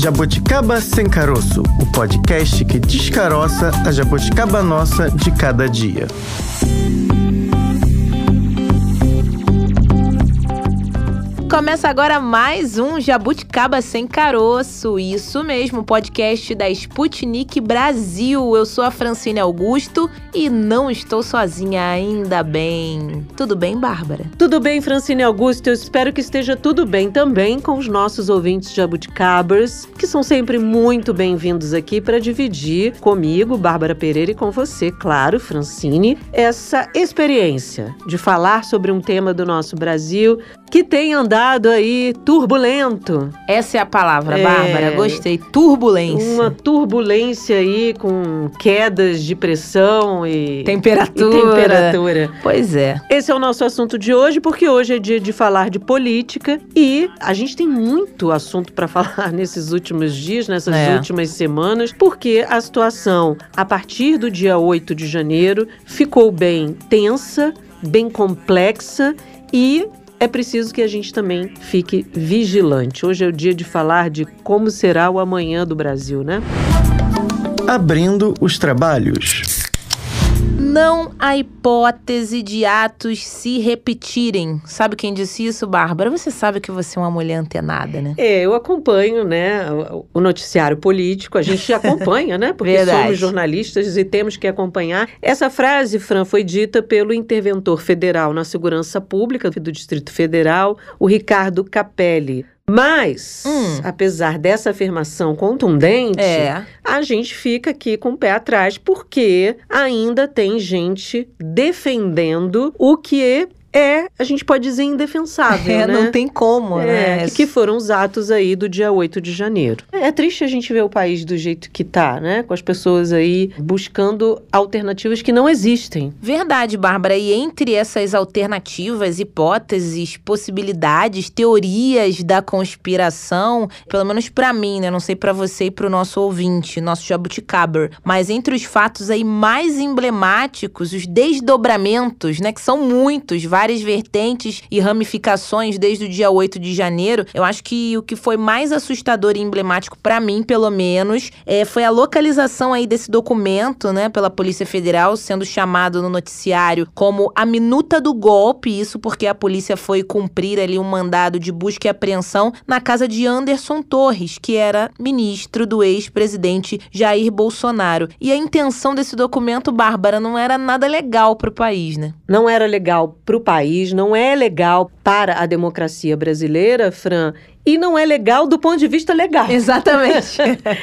Jabuticaba Sem Caroço, o podcast que descaroça a jabuticaba nossa de cada dia. Começa agora mais um Jabuticaba Sem Caroço, isso mesmo, podcast da Sputnik Brasil. Eu sou a Francine Augusto e não estou sozinha, ainda bem. Tudo bem, Bárbara? Tudo bem, Francine Augusto. Eu espero que esteja tudo bem também com os nossos ouvintes jabuticabers, que são sempre muito bem-vindos aqui para dividir comigo, Bárbara Pereira, e com você, claro, Francine, essa experiência de falar sobre um tema do nosso Brasil que tem andado aí turbulento. Essa é a palavra, Bárbara. Gostei. Turbulência. Uma turbulência aí com quedas de pressão e temperatura. Pois é. Esse é o nosso assunto de hoje, porque hoje é dia de falar de política e a gente tem muito assunto para falar nesses últimos dias, nessas últimas semanas, porque a situação, a partir do dia 8 de janeiro, ficou bem tensa, bem complexa e é preciso que a gente também fique vigilante. Hoje é o dia de falar de como será o amanhã do Brasil, né? Abrindo os trabalhos. Não há hipótese de atos se repetirem. Sabe quem disse isso, Bárbara? Você sabe que você é uma mulher antenada, né? Eu acompanho, né, o noticiário político. A gente acompanha, né? Porque Verdade. Somos jornalistas e temos que acompanhar. Essa frase, Fran, foi dita pelo interventor federal na segurança pública do Distrito Federal, o Ricardo Capelli. Mas, apesar dessa afirmação contundente, a gente fica aqui com o pé atrás porque ainda tem gente defendendo o que a gente pode dizer, indefensável, né? Não tem como, né? Que foram os atos aí do dia 8 de janeiro. É triste a gente ver o país do jeito que tá, né? Com as pessoas aí buscando alternativas que não existem. Verdade, Bárbara. E entre essas alternativas, hipóteses, possibilidades, teorias da conspiração, pelo menos pra mim, né? Não sei pra você e pro nosso ouvinte, nosso jabuticaber. Mas entre os fatos aí mais emblemáticos, os desdobramentos, né? Que são muitos, várias vertentes e ramificações desde o dia 8 de janeiro, eu acho que o que foi mais assustador e emblemático pra mim, pelo menos, foi a localização aí desse documento, né, pela Polícia Federal, sendo chamado no noticiário como a minuta do golpe, isso porque a polícia foi cumprir ali um mandado de busca e apreensão na casa de Anderson Torres, que era ministro do ex-presidente Jair Bolsonaro. E a intenção desse documento, Bárbara, não era nada legal pro país, né? Não era legal pro país, não é legal para a democracia brasileira, Fran, e não é legal do ponto de vista legal. Exatamente.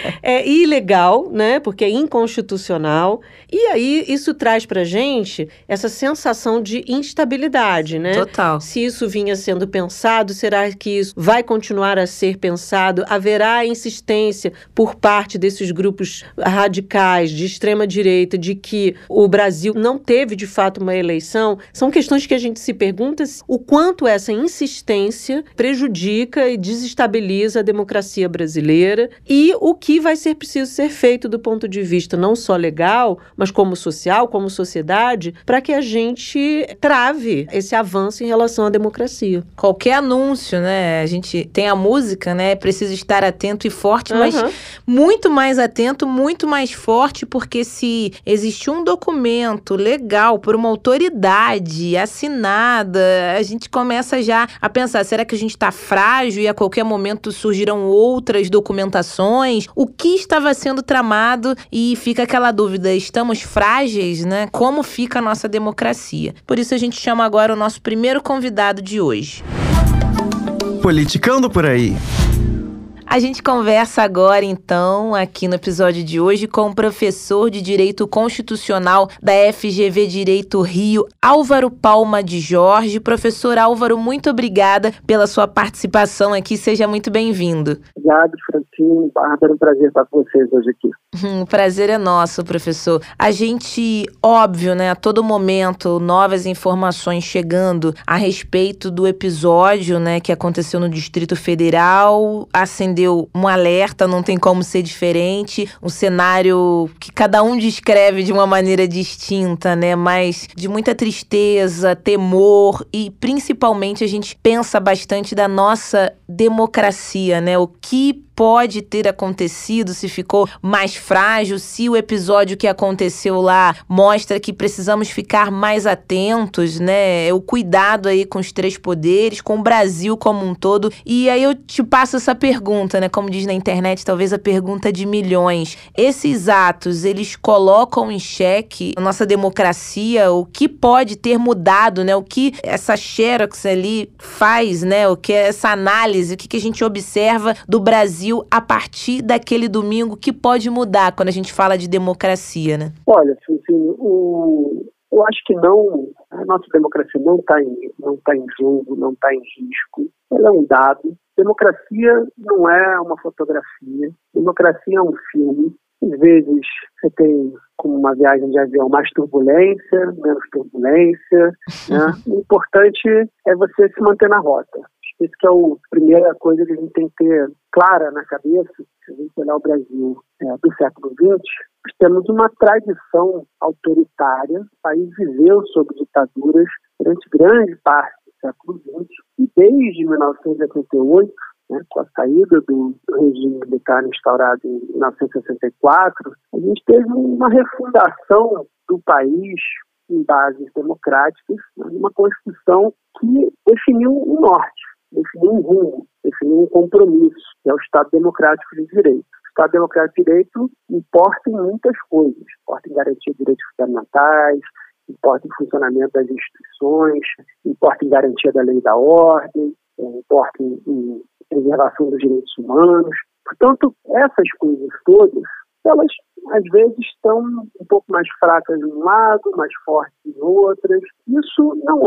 É ilegal, né? Porque é inconstitucional. E aí, isso traz pra gente essa sensação de instabilidade, né? Total. Se isso vinha sendo pensado, será que isso vai continuar a ser pensado? Haverá insistência por parte desses grupos radicais de extrema-direita de que o Brasil não teve, de fato, uma eleição? São questões que a gente se pergunta o quanto essa insistência prejudica e desestabiliza a democracia brasileira e o que vai ser preciso ser feito do ponto de vista não só legal, mas como social, como sociedade, para que a gente trave esse avanço em relação à democracia. Qualquer anúncio, né? A gente tem a música, né? É preciso estar atento e forte, mas muito mais atento, muito mais forte, porque se existe um documento legal por uma autoridade assinada, a gente começa já a pensar, será que a gente está frágil e a qualquer momento surgirão outras documentações? O que estava sendo tramado? E fica aquela dúvida, estamos frágeis, né? Como fica a nossa democracia? Por isso a gente chama agora o nosso primeiro convidado de hoje. Politicando por aí. A gente conversa agora, então, aqui no episódio de hoje, com o professor de Direito Constitucional da FGV Direito Rio, Álvaro Palma de Jorge. Professor Álvaro, muito obrigada pela sua participação aqui. Seja muito bem-vindo. Obrigado, Francine. Bárbara, um prazer estar com vocês hoje aqui. O prazer é nosso, professor. A gente, óbvio, né, a todo momento, novas informações chegando a respeito do episódio, né, que aconteceu no Distrito Federal, acendeu um alerta, não tem como ser diferente, um cenário que cada um descreve de uma maneira distinta, né, mas de muita tristeza, temor e principalmente a gente pensa bastante da nossa democracia, né, o que pode ter acontecido, se ficou mais frágil, se o episódio que aconteceu lá mostra que precisamos ficar mais atentos, né? O cuidado aí com os três poderes, com o Brasil como um todo. E aí eu te passo essa pergunta, né? Como diz na internet, talvez a pergunta de milhões. Esses atos, eles colocam em xeque a nossa democracia, o que pode ter mudado, né? O que essa xerox ali faz, né? O que é essa análise, o que a gente observa do Brasil a partir daquele domingo que pode mudar quando a gente fala de democracia, né? Olha, Francine, eu acho que não, a nossa democracia não está em jogo, não está em risco. Ela é um dado. Democracia não é uma fotografia. Democracia é um filme. Às vezes você tem, como uma viagem de avião, mais turbulência, menos turbulência, né? O importante é você se manter na rota. Isso que é a primeira coisa que a gente tem que ter clara na cabeça. Se a gente olhar o Brasil do século XX, nós temos uma tradição autoritária. O país viveu sob ditaduras durante grande parte do século XX. E desde 1988, né, com a saída do regime militar instaurado em 1964, a gente teve uma refundação do país em bases democráticas, né, uma Constituição que definiu um norte, definiu um rumo, definiu um compromisso, que é o Estado Democrático de Direito. O Estado Democrático de Direito importa em muitas coisas, importa em garantir direitos fundamentais, importa em funcionamento das instituições, importa em garantia da lei e da ordem, importa em preservação dos direitos humanos. Portanto, essas coisas todas, elas às vezes estão um pouco mais fracas de um lado, mais fortes em outras. Isso não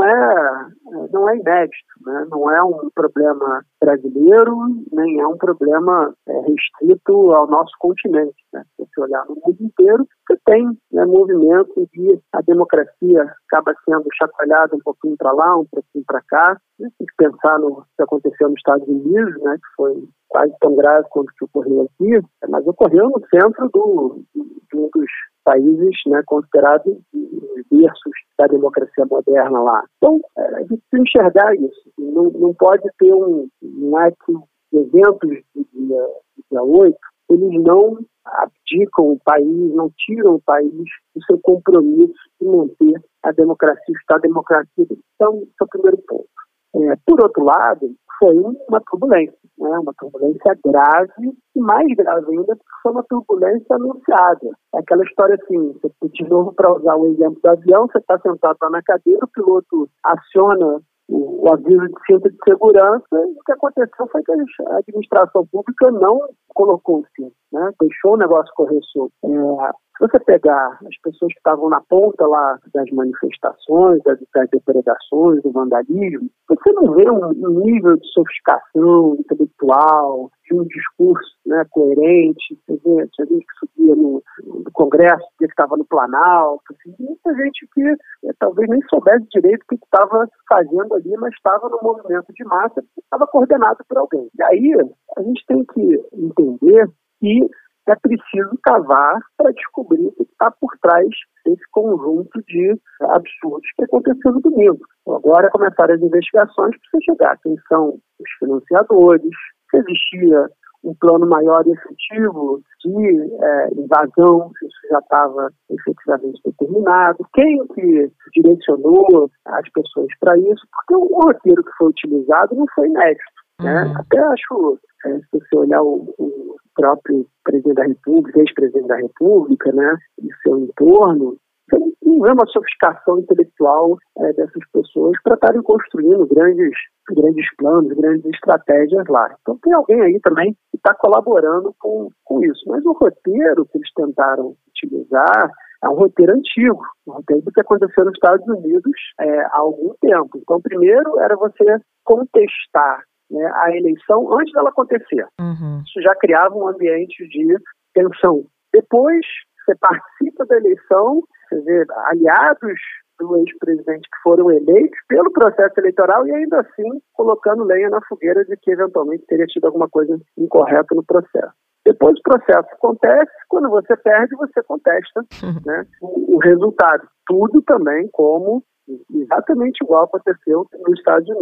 é inédito, né? Não é um problema brasileiro, nem é um problema restrito ao nosso continente, né? Se você olhar no mundo inteiro, você tem, né, movimento em que a democracia acaba sendo chacoalhada um pouquinho para lá, um pouquinho para cá. Tem que pensar no que aconteceu nos Estados Unidos, né, que foi quase tão grave quanto o que ocorreu aqui, mas ocorreu no centro de um dos países, né, considerados os berços da democracia moderna lá. Então, a gente precisa enxergar isso. Não pode ter não é que os eventos do dia 8, eles não abdicam o país, não tiram o país do seu compromisso de manter a democracia, o Estado democrático. Então, esse é o primeiro ponto. Por outro lado, foi uma turbulência, né? Uma turbulência grave, e mais grave ainda porque foi uma turbulência anunciada. É aquela história assim, de novo, para usar o exemplo do avião, você está sentado lá na cadeira, o piloto aciona o aviso de cinto de segurança, e o que aconteceu foi que a administração pública não colocou o cinto, né? Deixou o negócio correr solto. Se você pegar as pessoas que estavam na ponta lá das manifestações, das depredações, do vandalismo, você não vê um nível de sofisticação intelectual, de um discurso, né, coerente. Tinha gente que subia no Congresso, que estava no Planalto, assim, muita gente que talvez nem soubesse direito o que estava fazendo ali, mas estava no movimento de massa, que estava coordenado por alguém. E aí a gente tem que entender que é preciso cavar para descobrir o que está por trás desse conjunto de absurdos que aconteceu no domingo. Então, agora começaram as investigações para você chegar quem são os financiadores, se existia um plano maior e efetivo de invasão, se isso já estava efetivamente determinado, quem que direcionou as pessoas para isso, porque o roteiro que foi utilizado não foi inédito. Né? Até acho, se você olhar o próprio presidente da República, ex-presidente da República, né, e seu entorno, você não vê uma sofisticação intelectual dessas pessoas para estarem construindo grandes planos, grandes estratégias lá. Então tem alguém aí também que está colaborando com isso. Mas o roteiro que eles tentaram utilizar é um roteiro antigo, um roteiro do que aconteceu nos Estados Unidos há algum tempo. Então, primeiro era você contestar, né, a eleição antes dela acontecer. Isso já criava um ambiente de tensão. Depois, você participa da eleição, você vê aliados do ex-presidente que foram eleitos pelo processo eleitoral e ainda assim colocando lenha na fogueira de que eventualmente teria tido alguma coisa incorreta no processo. Depois o processo acontece, quando você perde, você contesta, né, o resultado. Tudo também como exatamente igual aconteceu nos Estados Unidos.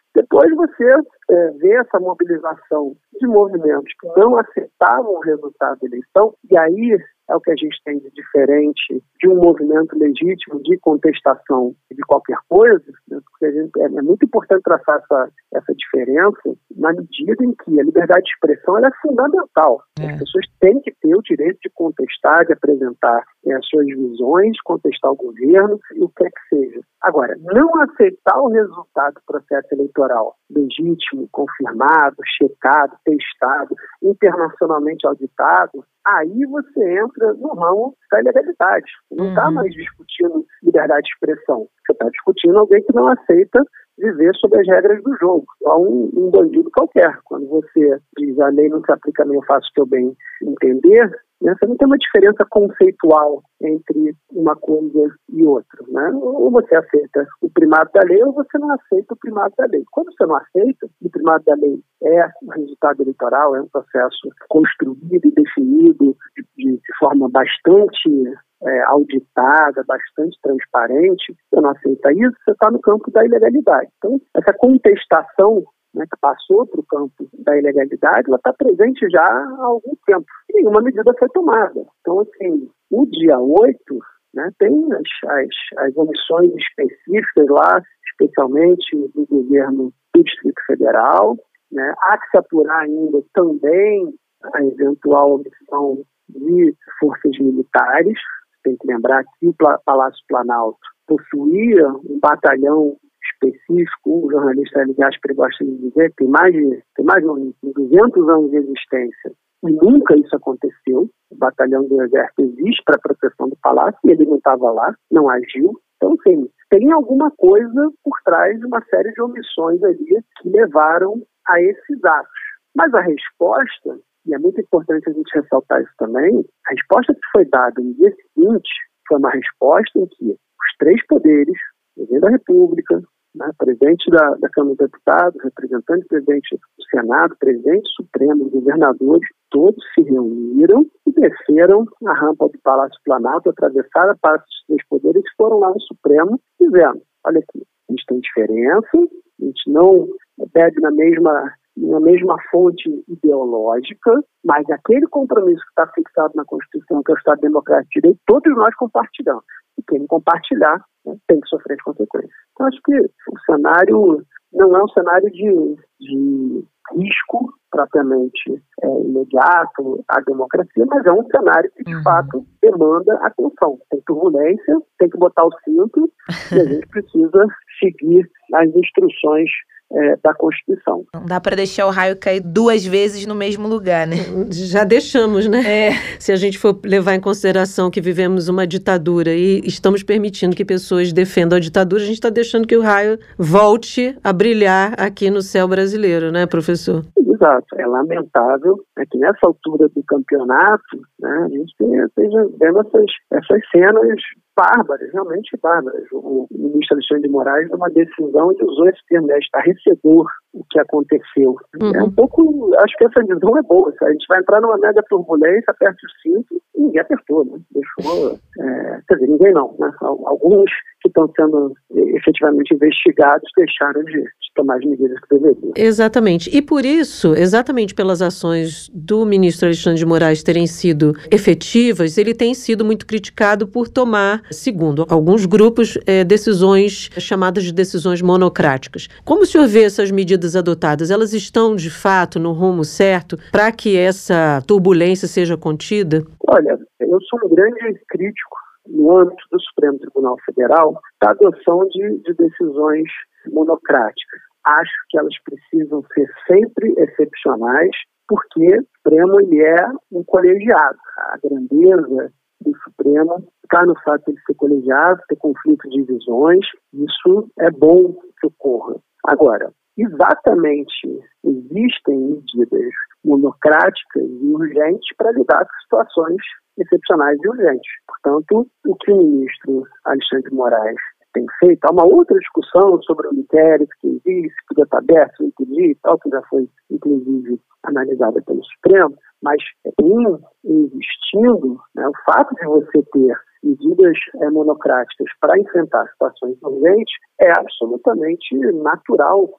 Depois você vê essa mobilização de movimentos que não aceitavam o resultado da eleição, e aí é o que a gente tem de diferente de um movimento legítimo de contestação de qualquer coisa, né? Porque é muito importante traçar essa diferença na medida em que a liberdade de expressão ela é fundamental. As pessoas têm que ter o direito de contestar, de apresentar as suas visões, contestar o governo e o que é que seja. Agora, não aceitar o resultado do processo eleitoral legítimo, confirmado, checado, testado, internacionalmente auditado, aí você entra no ramo da ilegalidade. Não está mais discutindo liberdade de expressão. Você está discutindo alguém que não aceita viver sob as regras do jogo. Há um bandido qualquer. Quando você diz a lei não se aplica a mim, eu faço o que eu bem entender, né? Você não tem uma diferença conceitual entre uma coisa e outra, né? Ou você aceita o primado da lei ou você não aceita o primado da lei. Quando você não aceita, o primado da lei é o resultado eleitoral, é um processo construído e definido de forma bastante auditada, bastante transparente. Você não aceita isso, você está no campo da ilegalidade. Então, essa contestação, né, que passou para o campo da ilegalidade, ela está presente já há algum tempo. E nenhuma medida foi tomada. Então, assim, no dia 8, né, tem as omissões específicas lá, especialmente do governo do Distrito Federal, né? Há que se apurar ainda também a eventual omissão de forças militares. Tem que lembrar que o Palácio Planalto possuía um batalhão específico, o jornalista Hélio Gaspari gosta de dizer, tem mais de 200 anos de existência e nunca isso aconteceu. O batalhão do Exército existe para a proteção do Palácio e ele não estava lá, não agiu. Então, sim, tem alguma coisa por trás de uma série de omissões ali que levaram a esses atos. Mas a resposta, e é muito importante a gente ressaltar isso também, a resposta que foi dada no dia seguinte foi uma resposta em que os três poderes, presidente da República, né, presidente da Câmara dos Deputados, representante do presidente do Senado, presidente supremo, governadores, todos se reuniram e desceram a rampa do Palácio Planalto, atravessaram a Palácio dos Três Poderes e foram lá no Supremo dizendo, olha aqui, a gente tem diferença, a gente não bebe na mesma fonte ideológica, mas aquele compromisso que está fixado na Constituição, que é o Estado Democrático de Direito, todos nós compartilhamos. E quem não compartilhar, né, tem que sofrer as consequências. Então, acho que o cenário não é um cenário de risco propriamente imediato à democracia, mas é um cenário que, de fato, demanda atenção. Tem turbulência, tem que botar o cinto e a gente precisa seguir as instruções da Constituição. Não dá para deixar o raio cair 2 vezes no mesmo lugar, né? Já deixamos, né? Se a gente for levar em consideração que vivemos uma ditadura e estamos permitindo que pessoas defendam a ditadura, a gente está deixando que o raio volte a brilhar aqui no céu brasileiro, né, professor? Exato. É lamentável que nessa altura do campeonato, né, a gente esteja vendo essas cenas bárbaras, realmente bárbaras. O ministro Alexandre de Moraes deu uma decisão e usou esse termo, estarrecedor o que aconteceu. É um pouco, acho que essa visão é boa. A gente vai entrar numa mega turbulência, aperta o cinto e ninguém apertou, né? Deixou, quer dizer, ninguém não, né? Alguns que estão sendo efetivamente investigados deixaram de tomar as medidas que deveriam. Exatamente. E por isso, exatamente pelas ações do ministro Alexandre de Moraes terem sido efetivas, ele tem sido muito criticado por tomar, segundo alguns grupos, decisões chamadas de decisões monocráticas. Como o senhor vê essas medidas adotadas? Elas estão, de fato, no rumo certo para que essa turbulência seja contida? Olha, eu sou um grande crítico no âmbito do Supremo Tribunal Federal da adoção de decisões monocráticas. Acho que elas precisam ser sempre excepcionais, porque o Supremo ele é um colegiado. A grandeza do Supremo está no fato de ele ser colegiado, ter conflito de visões. Isso é bom que ocorra. Agora, exatamente existem medidas monocráticas e urgentes para lidar com situações excepcionais e urgentes. Portanto, o que o ministro Alexandre de Moraes tem feito, há uma outra discussão sobre o inquérito que existe, se podia estar aberto, se não podia e tal, que já foi, inclusive, analisada pelo Supremo, mas existindo, né, o fato de você ter medidas monocráticas para enfrentar situações urgentes é absolutamente natural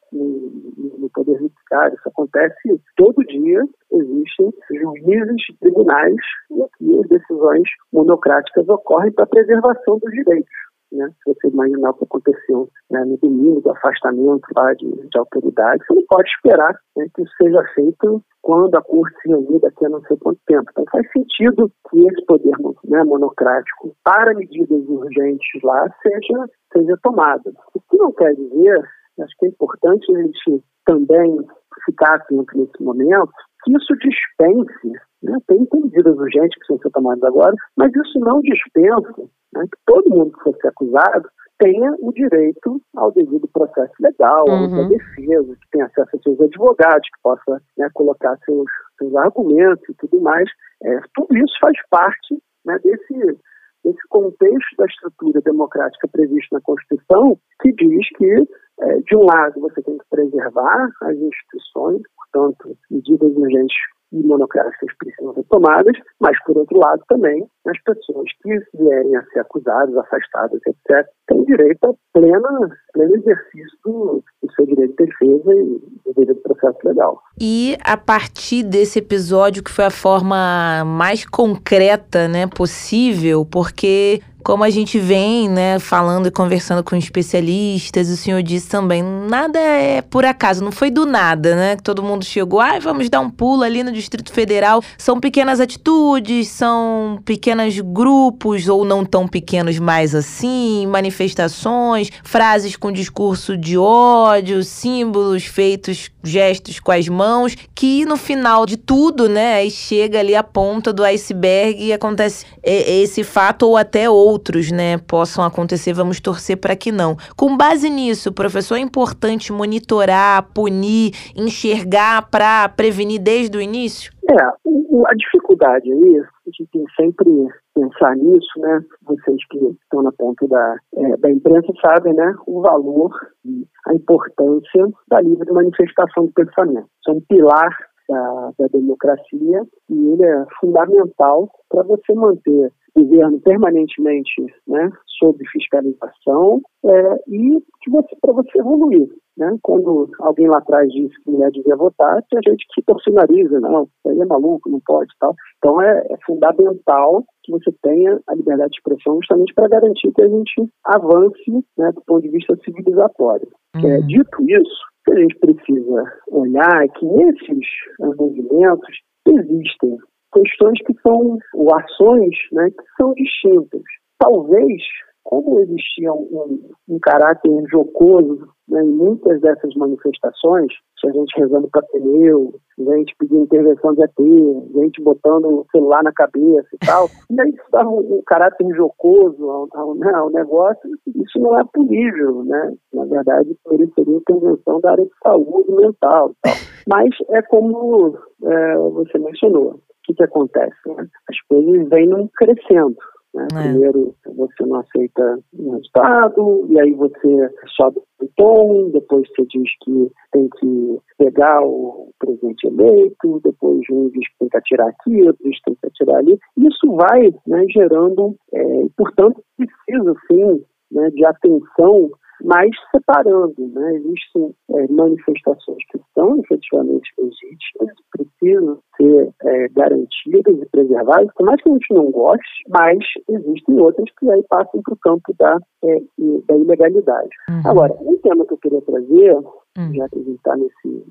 no Poder Judiciário. Isso acontece todo dia. Existem juízes, tribunais em que as decisões monocráticas ocorrem para a preservação dos direitos. Né? Se você imaginar o que aconteceu, né, no domingo, do afastamento lá de autoridades, você não pode esperar, né, que isso seja feito quando a corte se reunir daqui a não sei quanto tempo. Então faz sentido que esse poder, né, monocrático para medidas urgentes lá seja tomado. O que não quer dizer, acho que é importante a gente também ficar atento nesse momento, que isso dispense, né? Tem medidas urgentes que precisam ser tomadas agora, mas isso não dispensa, né, que todo mundo que fosse acusado tenha o direito ao devido processo legal, à defesa, que tenha acesso a seus advogados, que possa, né, colocar seus argumentos e tudo mais. Tudo isso faz parte, né, desse contexto da estrutura democrática prevista na Constituição, que diz que, de um lado, você tem que preservar as instituições, portanto, medidas urgentes e monocráticas precisam ser tomadas, mas, por outro lado, também as pessoas que vierem a ser acusadas, afastadas, etc., têm direito a pleno exercício do seu direito de defesa e do direito do processo legal. E a partir desse episódio, que foi a forma mais concreta, né, possível, porque como a gente vem, né, falando e conversando com especialistas, o senhor disse também, nada é por acaso, não foi do nada, né, que todo mundo chegou, vamos dar um pulo ali no Distrito Federal. São pequenas atitudes, são pequenos grupos, ou não tão pequenos mais assim, manifestações, frases com discurso de ódio, símbolos feitos, gestos com as mãos, que no final de tudo, né, aí chega ali a ponta do iceberg e acontece esse fato ou até outros, né, possam acontecer, vamos torcer para que não. Com base nisso, professor, é importante monitorar, punir, enxergar para prevenir desde o início? A dificuldade aí, a gente tem sempre pensar nisso, né? Vocês que estão na ponta da imprensa sabem, né, o valor e a importância da livre manifestação do pensamento. Isso é um pilar da democracia e ele é fundamental para você manter o governo permanentemente, né, sob fiscalização e para você evoluir. Né? Quando alguém lá atrás disse que mulher devia votar, tem gente que torce o nariz, não, isso aí é maluco, não pode, tal. Então é fundamental que você tenha a liberdade de expressão justamente para garantir que a gente avance, né, do ponto de vista civilizatório. Dito isso, o que a gente precisa olhar é que nesses movimentos existem questões que são, ou ações, né, que são distintas. Talvez, como existia um caráter jocoso, né, em muitas dessas manifestações, a gente rezando para pneu, gente pedindo intervenção de ET, gente botando o celular na cabeça e tal, e aí isso dava um caráter jocoso ao negócio, isso não é punível, né? Na verdade, mereceria intervenção da área de saúde mental e tal. Mas é como você mencionou, o que acontece? Né? As coisas vêm crescendo. Né? Primeiro você não aceita o resultado, e aí você sobe o tom, depois você diz que tem que pegar o presidente eleito, depois um diz que tem que atirar aqui, outro diz que tem que atirar ali. Isso vai, né, gerando, portanto, precisa sim, né, de atenção, mas separando, né? Existem manifestações que são efetivamente legítimas, precisam ser garantidas e preservadas, por mais que a gente não goste, mas existem outras que aí passam para o campo da ilegalidade. Agora, um tema que eu queria trazer, já que a gente está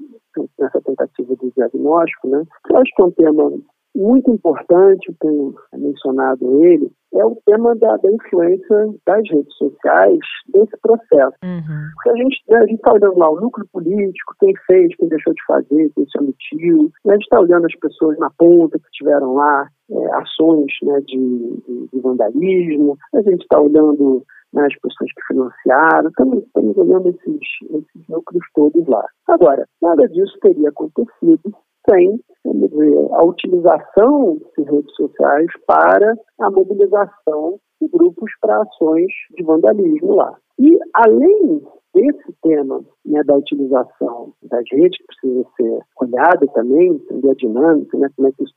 nessa tentativa de diagnóstico, né? Eu acho que é um tema muito importante, eu tenho mencionado ele, é o tema da influência das redes sociais desse processo. Porque a gente está olhando lá o núcleo político, quem fez, quem deixou de fazer, quem se omitiu, a gente está olhando as pessoas na ponta que tiveram lá ações, né, de vandalismo, a gente está olhando, né, as pessoas que financiaram, estamos olhando esses núcleos todos lá. Agora, nada disso teria acontecido sem, vamos dizer, a utilização de redes sociais para a mobilização de grupos para ações de vandalismo lá. E, além desse tema, né, da utilização das redes, que precisa ser olhado também, entender a dinâmica, né, como é que isso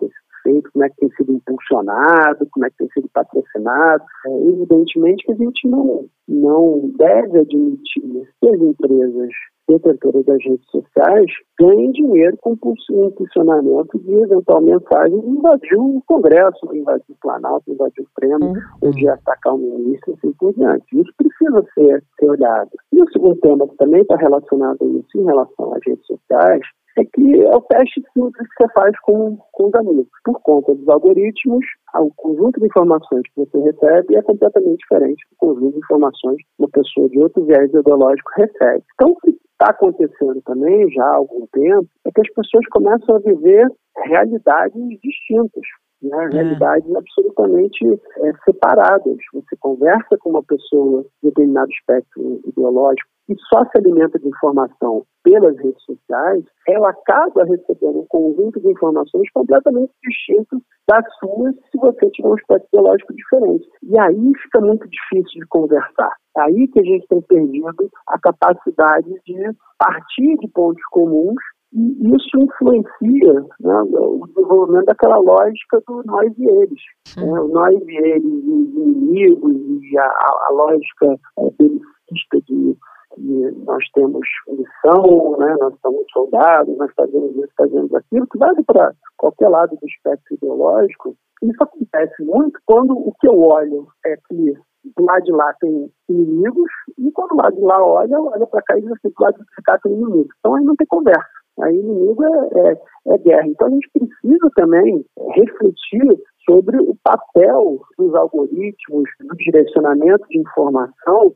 feito, como é que tem sido impulsionado, como é que tem sido patrocinado. Evidentemente que a gente não deve admitir que as empresas detentoras das redes sociais ganhem dinheiro com o impulsionamento de eventual mensagem de invadir o Congresso, de invadir o Planalto, de invadir o Pleno, ou de atacar o ministro, assim por diante. Isso precisa ser olhado. E o segundo tema que também está relacionado a isso em relação às redes sociais é que é o teste simples que você faz com os amigos. Por conta dos algoritmos, o conjunto de informações que você recebe é completamente diferente do conjunto de informações que uma pessoa de outro viés ideológico recebe. Então, o que está acontecendo também já há algum tempo é que as pessoas começam a viver realidades distintas, né? Realidades absolutamente separadas. Você conversa com uma pessoa de determinado espectro ideológico que só se alimenta de informação pelas redes sociais, ela acaba recebendo um conjunto de informações completamente distintas das suas se você tiver um espectro ideológico diferente. E aí fica muito difícil de conversar. É aí que a gente tem perdido a capacidade de partir de pontos comuns, e isso influencia, né, o desenvolvimento daquela lógica do nós e eles. O nós e eles, os inimigos, e a lógica belicista de que nós temos missão, né, nós somos soldados, nós fazemos isso, fazemos aquilo, que vale para qualquer lado do espectro ideológico. Isso acontece muito quando o que eu olho é que do lado de lá tem inimigos, e quando o lado de lá olha para cá e diz assim, do lado de cá tem inimigos. Então aí não tem conversa. Aí inimigo é guerra. Então a gente precisa também refletir sobre o papel dos algoritmos, do direcionamento de informação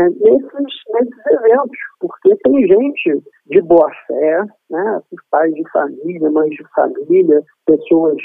nesses eventos, porque tem gente de boa fé, né, pais de família, mães de família, pessoas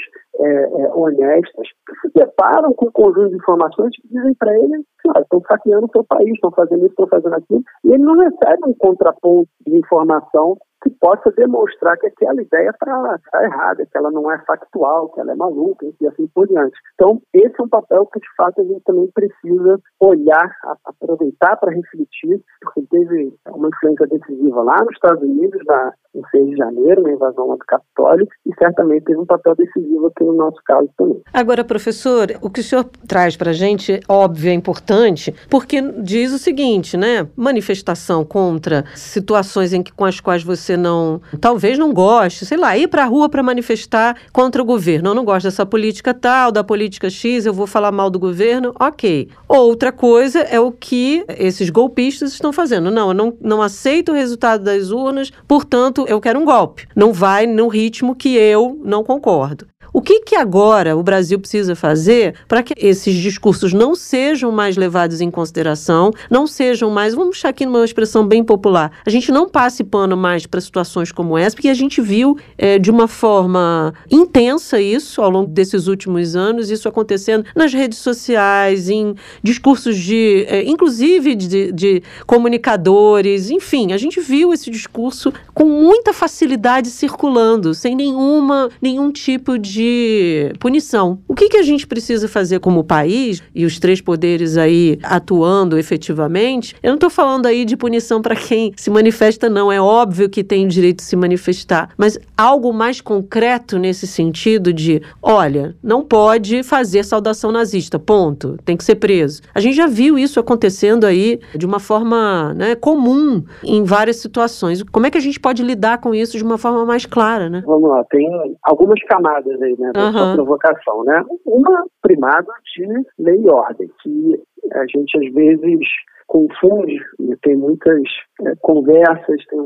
honestas, que se deparam com um conjunto de informações que dizem para ele que estão saqueando o seu país, estão fazendo isso, estão fazendo aquilo, e ele não recebe um contraponto de informação que possa demonstrar que aquela ideia está errada, que ela não é factual, que ela é maluca, e assim por diante. Então, esse é um papel que, de fato, a gente também precisa olhar, aproveitar para refletir, porque teve uma influência decisiva lá nos Estados Unidos, no 6 de janeiro, na invasão lá do Capitólio, e certamente teve um papel decisivo aqui no nosso caso também. Agora, professor, o que o senhor traz para a gente, óbvio, é importante, porque diz o seguinte, né? Manifestação contra situações com as quais você talvez não goste, sei lá, ir para a rua para manifestar contra o governo. Eu não gosto dessa política tal, da política X, eu vou falar mal do governo, ok. Outra coisa é o que esses golpistas estão fazendo. Não, eu não aceito o resultado das urnas, portanto, eu quero um golpe. Não vai no ritmo que eu não concordo. O que agora o Brasil precisa fazer para que esses discursos não sejam mais levados em consideração, não sejam mais, vamos deixar aqui numa expressão bem popular, a gente não passe pano mais para situações como essa, porque a gente viu de uma forma intensa isso ao longo desses últimos anos, isso acontecendo nas redes sociais, em discursos inclusive de comunicadores, enfim, a gente viu esse discurso com muita facilidade circulando, sem nenhum tipo de punição. O que a gente precisa fazer como país, e os três poderes aí atuando efetivamente, eu não estou falando aí de punição para quem se manifesta, não. É óbvio que tem o direito de se manifestar, mas algo mais concreto nesse sentido de, olha, não pode fazer saudação nazista, ponto. Tem que ser preso. A gente já viu isso acontecendo aí de uma forma, né, comum em várias situações. Como é que a gente pode lidar com isso de uma forma mais clara, né? Vamos lá, tem algumas camadas aí, né, da sua provocação, né? Uma, primado de lei e ordem, que a gente às vezes confunde, e tem muitas conversas, tem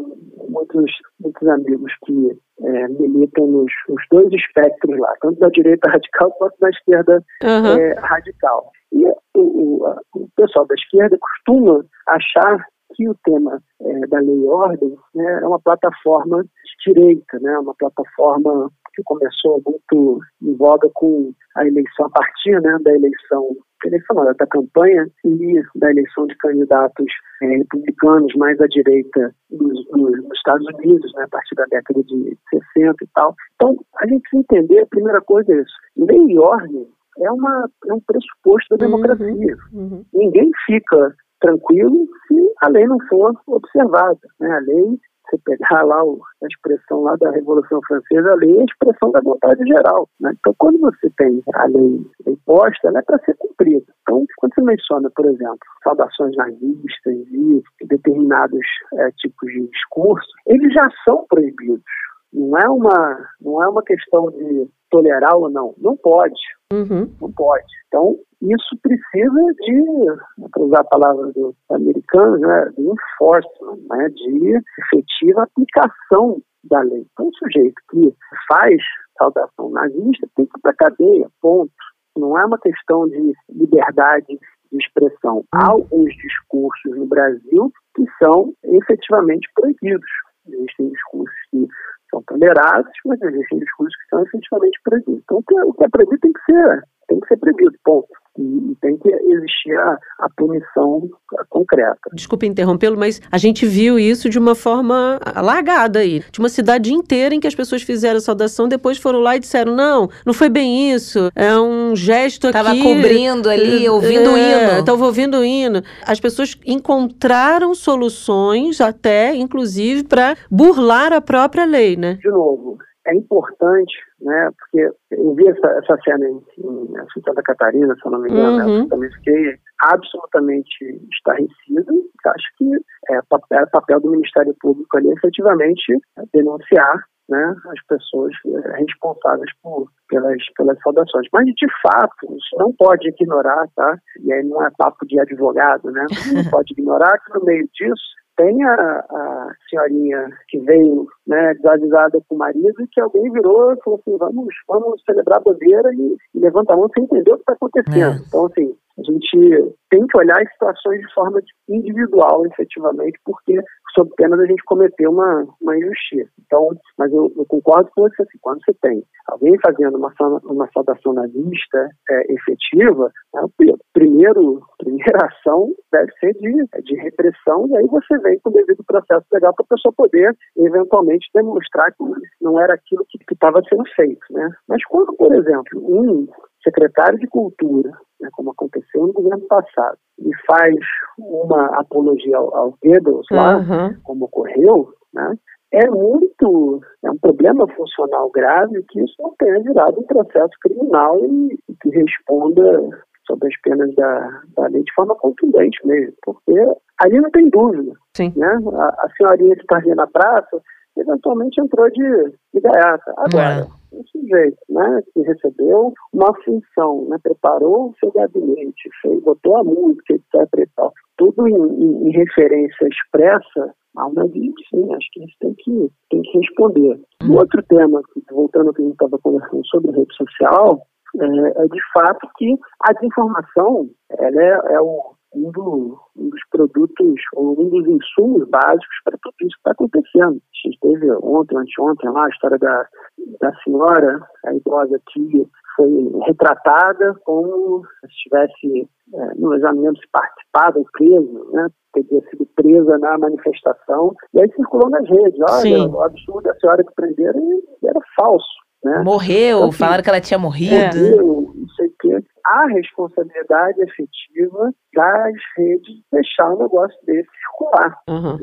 muitos amigos que militam nos dois espectros lá, tanto da direita radical quanto da esquerda radical. E o pessoal da esquerda costuma achar que o tema da lei e ordem, né, é uma plataforma de direita, né, uma plataforma que começou muito em voga com a eleição, a partir, né, da campanha e da eleição de candidatos republicanos mais à direita nos Estados Unidos, né, a partir da década de 60 e tal. Então, a gente precisa entender, a primeira coisa é isso, lei e ordem é um pressuposto da democracia. Ninguém fica tranquilo se a lei não for observada, né? A lei Você pegar lá a expressão lá da Revolução Francesa, a lei é a expressão da vontade geral, né? Então, quando você tem a lei imposta, ela é para ser cumprida. Então, quando você menciona, por exemplo, saudações nazistas e determinados tipos de discurso, eles já são proibidos. Não é uma questão de tolerar ou não. Não pode. Não pode. Então, isso precisa de, para usar a palavra do americano, né, de enforcement, né, de efetiva aplicação da lei. Então, o sujeito que faz saudação nazista tem que ir para a cadeia, ponto. Não é uma questão de liberdade de expressão. Há alguns discursos no Brasil que são efetivamente proibidos. Existem discursos que são tolerados, mas existem discursos que são efetivamente proibidos. Então, o que é proibido tem que ser proibido, ponto. E tem que existir a punição concreta. Desculpe interrompê-lo, mas a gente viu isso de uma forma alargada aí. De uma cidade inteira em que as pessoas fizeram a saudação, depois foram lá e disseram, não foi bem isso, é um gesto aqui... Tava cobrindo ali, ouvindo o hino. Estava ouvindo o hino. As pessoas encontraram soluções até, inclusive, para burlar a própria lei, né? De novo, é importante, né, porque eu vi essa cena em Santa Catarina, se eu não me engano, né, eu também fiquei absolutamente estarrecido. Acho que é papel do Ministério Público ali, efetivamente, denunciar, né, as pessoas responsáveis pelas saudações. Mas, de fato, isso não pode ignorar, tá? E aí não é papo de advogado, né? Não pode ignorar que no meio disso tem a senhorinha que veio, né, desavisada com o marido e que alguém virou e falou assim, vamos celebrar a bandeira e levanta a mão sem entender o que está acontecendo. Então, assim, a gente tem que olhar as situações de forma individual, efetivamente, porque sob pena da gente cometer uma injustiça. Então, mas eu concordo com você, assim, quando você tem alguém fazendo uma saudação nazista efetiva, a primeira ação deve ser de repressão, e aí você vem com o devido processo legal para a pessoa poder, eventualmente, demonstrar que não era aquilo que estava sendo feito, né? Mas quando, por exemplo, um secretário de Cultura, né, como aconteceu no governo passado, e faz uma apologia ao Goebbels lá, como ocorreu, né, é um problema funcional grave que isso não tenha virado um processo criminal e que responda sob as penas da lei de forma contundente mesmo, porque ali não tem dúvida. Sim. Né? A senhorinha que está ali na praça, eventualmente entrou de gaiata. Agora, um sujeito, né, que recebeu uma função, né, preparou o seu gabinete, botou a música, etc. e tal, tudo em referência expressa ao nazismo, sim, acho que isso tem que responder. Um outro tema, voltando ao que a gente estava conversando sobre rede social, é de fato que a desinformação ela é um dos produtos, ou um dos insumos básicos para tudo isso que está acontecendo. A gente teve anteontem lá, a história da senhora, a idosa que foi retratada como se tivesse, não lembro se participado ou preso, né? Teria sido presa na manifestação, e aí circulou nas redes, olha, o absurdo da senhora que prenderam era falso. Né? Morreu, então, falaram que ela tinha morrido. Não sei o quê. A responsabilidade efetiva das redes deixar o negócio desse circular.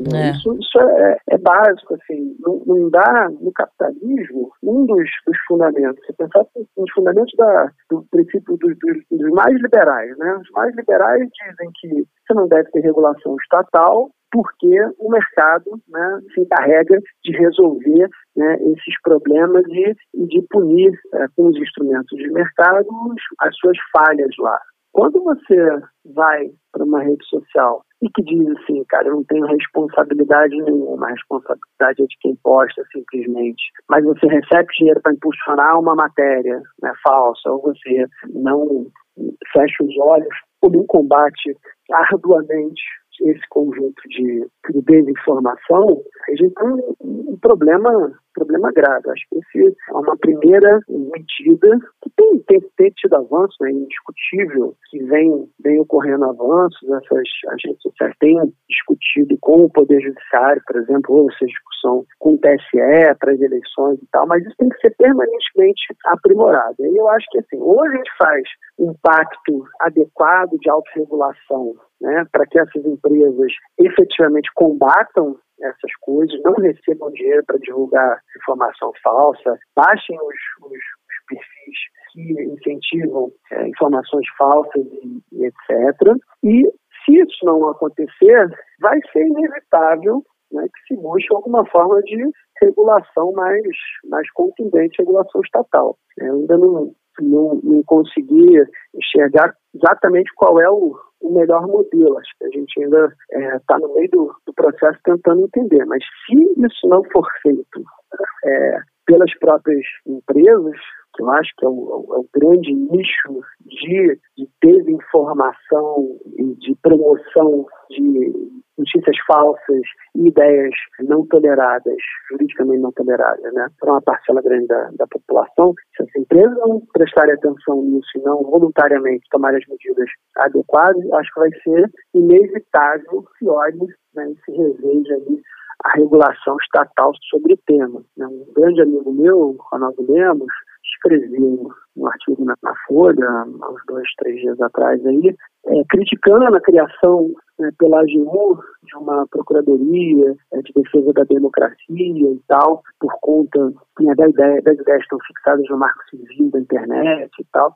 Isso é básico, assim. Não dá, no capitalismo, um dos fundamentos, você pensar nos fundamentos do princípio dos mais liberais, né? Os mais liberais dizem que você não deve ter regulação estatal, porque o mercado, né, se encarrega de resolver, né, esses problemas e de punir com os instrumentos de mercado as suas falhas lá. Quando você vai para uma rede social e que diz assim, cara, eu não tenho responsabilidade nenhuma, a responsabilidade é de quem posta simplesmente, mas você recebe dinheiro para impulsionar uma matéria, né, falsa, ou você não fecha os olhos ou não combate arduamente esse conjunto de desinformação, a gente tem um problema grave. Acho que esse é uma primeira medida que tem tido avanço, é indiscutível que vem ocorrendo avanços. As redes sociais têm discutido com o Poder Judiciário, por exemplo, houve essa discussão com o TSE para as eleições e tal, mas isso tem que ser permanentemente aprimorado. E eu acho que assim, ou a gente faz um pacto adequado de autorregulação né, para que essas empresas efetivamente combatam essas coisas, não recebam dinheiro para divulgar informação falsa, baixem os perfis que incentivam informações falsas e etc. E se isso não acontecer, vai ser inevitável, né, que se busque alguma forma de regulação mais contundente, regulação estatal. Eu ainda não consegui enxergar exatamente qual é o melhor modelo. Acho que a gente ainda está no meio do processo tentando entender. Mas se isso não for feito pelas próprias empresas, que eu acho que é o grande nicho de desinformação e de promoção de notícias falsas e ideias não toleradas, juridicamente não toleradas, né, para uma parcela grande da população, se as empresas não prestarem atenção nisso e não voluntariamente tomarem as medidas adequadas, acho que vai ser inevitável que olhe, né, e se reveja ali a regulação estatal sobre o tema. Um grande amigo meu, Ronaldo Lemos, escreveu um artigo na Folha, há uns 2, 3 dias atrás, aí, criticando a criação pela AGU de uma procuradoria de defesa da democracia e tal, por conta das ideias que estão fixadas no marco civil da internet e tal.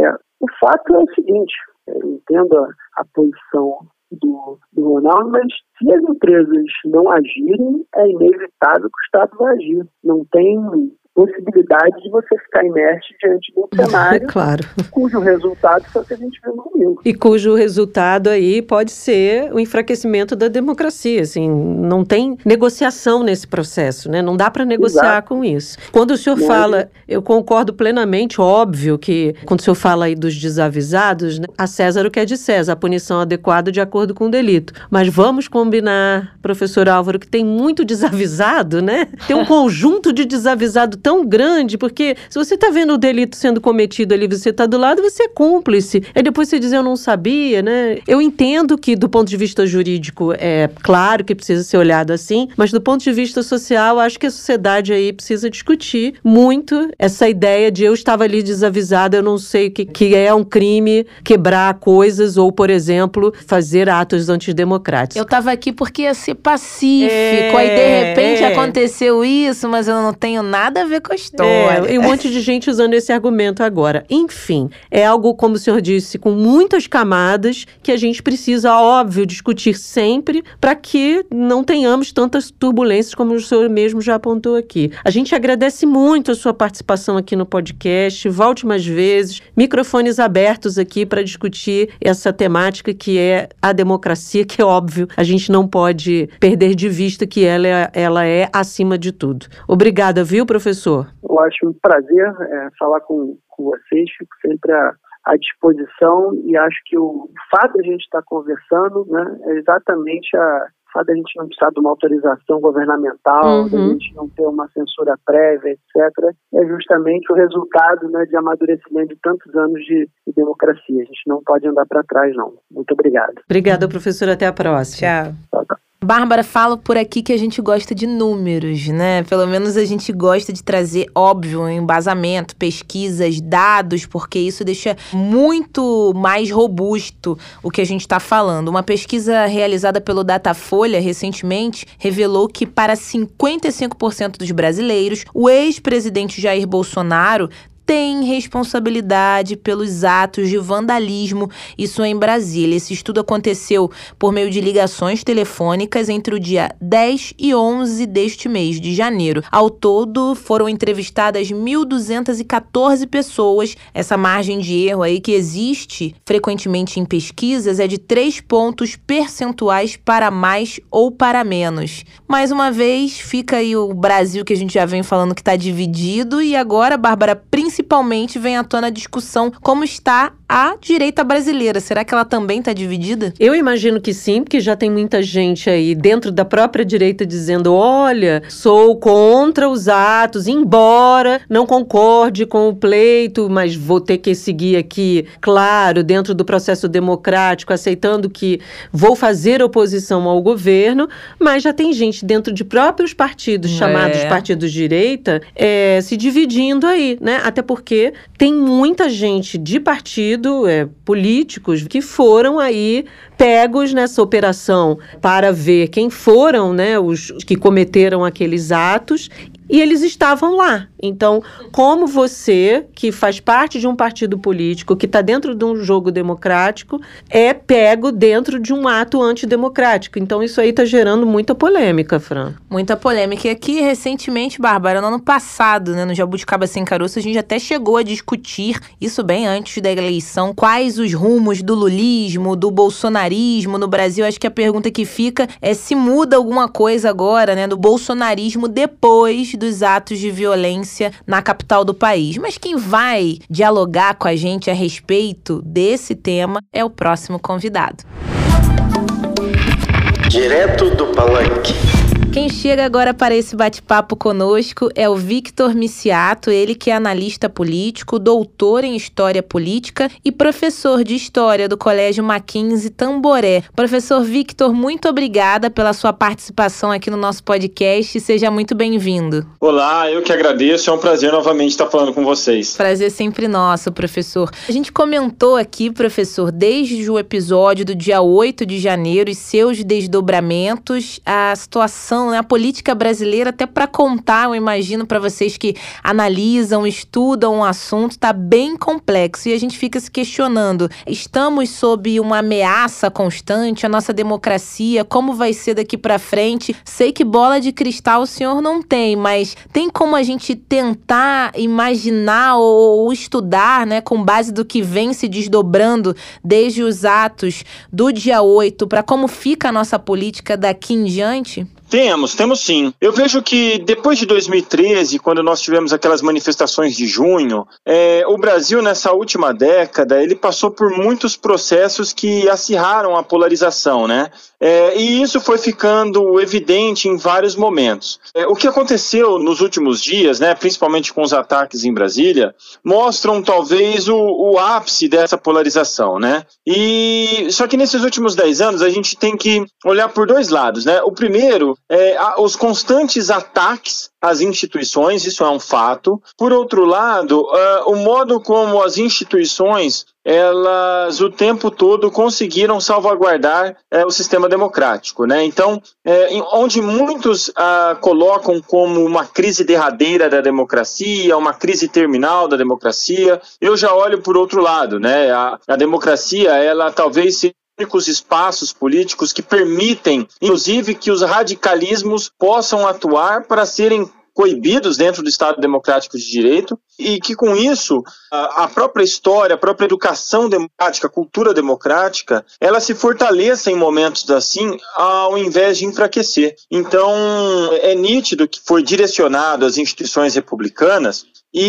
O fato é o seguinte, eu entendo a posição do Ronaldo, mas se as empresas não agirem, é inevitável que o Estado vai agir. Não tem possibilidade de você ficar inerte diante de um cenário claro, cujo resultado foi o que a gente viu no domingo. E cujo resultado aí pode ser o enfraquecimento da democracia, assim, não tem negociação nesse processo, né? Não dá para negociar Exato. Com isso. Quando o senhor fala, eu concordo plenamente, óbvio que quando o senhor fala aí dos desavisados, né, a César o que é de César, a punição adequada de acordo com o delito. Mas vamos combinar, professor Álvaro, que tem muito desavisado, né? Tem um conjunto de desavisado tão grande, porque se você está vendo o delito sendo cometido ali, você está do lado, você é cúmplice. Aí depois você diz, eu não sabia, né? Eu entendo que do ponto de vista jurídico é claro que precisa ser olhado assim, mas do ponto de vista social, acho que a sociedade aí precisa discutir muito essa ideia de eu estava ali desavisada, eu não sei o que é um crime quebrar coisas ou, por exemplo, fazer atos antidemocráticos. Eu estava aqui porque ia ser pacífico, aí de repente aconteceu isso, mas eu não tenho nada a ver com a história. E um monte de gente usando esse argumento agora. Enfim, é algo, como o senhor disse, com muitas camadas que a gente precisa, óbvio, discutir sempre para que não tenhamos tantas turbulências como o senhor mesmo já apontou aqui. A gente agradece muito a sua participação aqui no podcast. Volte mais vezes. Microfones abertos aqui para discutir essa temática que é a democracia, que é óbvio, a gente não pode perder de vista que ela é acima de tudo. Obrigada, viu, professor? Eu acho um prazer falar com vocês, fico sempre à disposição e acho que o fato de a gente estar conversando, né, é exatamente o fato de a gente não precisar de uma autorização governamental, de a gente não ter uma censura prévia, etc., é justamente o resultado, né, de amadurecimento de tantos anos de democracia. A gente não pode andar para trás, não. Muito obrigado. Obrigada, professora. Até a próxima. Tchau. Bárbara, fala por aqui que a gente gosta de números, né? Pelo menos a gente gosta de trazer, óbvio, um embasamento, pesquisas, dados, porque isso deixa muito mais robusto o que a gente está falando. Uma pesquisa realizada pelo Datafolha recentemente revelou que para 55% dos brasileiros, o ex-presidente Jair Bolsonaro tem responsabilidade pelos atos de vandalismo, isso em Brasília. Esse estudo aconteceu por meio de ligações telefônicas entre o dia 10 e 11 deste mês de janeiro. Ao todo, foram entrevistadas 1.214 pessoas. Essa margem de erro aí que existe frequentemente em pesquisas é de 3 pontos percentuais para mais ou para menos. Mais uma vez, fica aí o Brasil que a gente já vem falando que está dividido e agora, Bárbara, principalmente vem à tona a discussão como está a direita brasileira. Será que ela também está dividida? Eu imagino que sim, porque já tem muita gente aí dentro da própria direita dizendo, olha, sou contra os atos, embora não concorde com o pleito, mas vou ter que seguir aqui, claro, dentro do processo democrático, aceitando que vou fazer oposição ao governo, mas já tem gente dentro de próprios partidos, chamados partidos de direita, se dividindo aí, né? Até porque porque tem muita gente de partido, políticos, que foram aí pegos nessa operação para ver quem foram, né, os que cometeram aqueles atos, e eles estavam lá. Então, como você, que faz parte de um partido político, que está dentro de um jogo democrático, é pego dentro de um ato antidemocrático? Então, isso aí está gerando muita polêmica, Fran. Muita polêmica. E aqui, recentemente, Bárbara, no ano passado, né, no Jabuticaba Sem Caroço, a gente até chegou a discutir, isso bem antes da eleição, quais os rumos do lulismo, do bolsonarismo no Brasil. Acho que a pergunta que fica é se muda alguma coisa agora, né, do bolsonarismo depois dos atos de violência na capital do país. Mas quem vai dialogar com a gente a respeito desse tema é o próximo convidado. Direto do Palanque. Quem chega agora para esse bate-papo conosco é o Victor Miciato, ele que é analista político, doutor em História Política e professor de História do Colégio Mackenzie Tamboré. Professor Victor, muito obrigada pela sua participação aqui no nosso podcast. Seja muito bem-vindo. Olá, eu que agradeço. É um prazer novamente estar falando com vocês. Prazer sempre nosso, professor. A gente comentou aqui, professor, desde o episódio do dia 8 de janeiro e seus desdobramentos, a situação, a política brasileira, até para contar, eu imagino, para vocês que analisam, estudam o assunto, está bem complexo. E a gente fica se questionando, estamos sob uma ameaça constante, a nossa democracia, como vai ser daqui para frente? Sei que bola de cristal o senhor não tem, mas tem como a gente tentar imaginar ou estudar, né, com base do que vem se desdobrando desde os atos do dia 8, para como fica a nossa política daqui em diante? Temos sim. Eu vejo que depois de 2013, quando nós tivemos aquelas manifestações de junho, o Brasil nessa última década, ele passou por muitos processos que acirraram a polarização, né? E isso foi ficando evidente em vários momentos. O que aconteceu nos últimos dias, né, principalmente com os ataques em Brasília, mostram talvez o ápice dessa polarização, né? Só que nesses últimos 10 anos a gente tem que olhar por dois lados, né? O primeiro os constantes ataques às instituições, isso é um fato. Por outro lado, o modo como as instituições, elas o tempo todo conseguiram salvaguardar o sistema democrático, né? Então, onde muitos colocam como uma crise derradeira da democracia, uma crise terminal da democracia, eu já olho por outro lado, né? A democracia, ela talvez seja únicos espaços políticos que permitem, inclusive, que os radicalismos possam atuar para serem coibidos dentro do Estado Democrático de Direito e que, com isso, a própria história, a própria educação democrática, a cultura democrática, ela se fortaleça em momentos assim, ao invés de enfraquecer. Então, é nítido que foi direcionado às instituições republicanas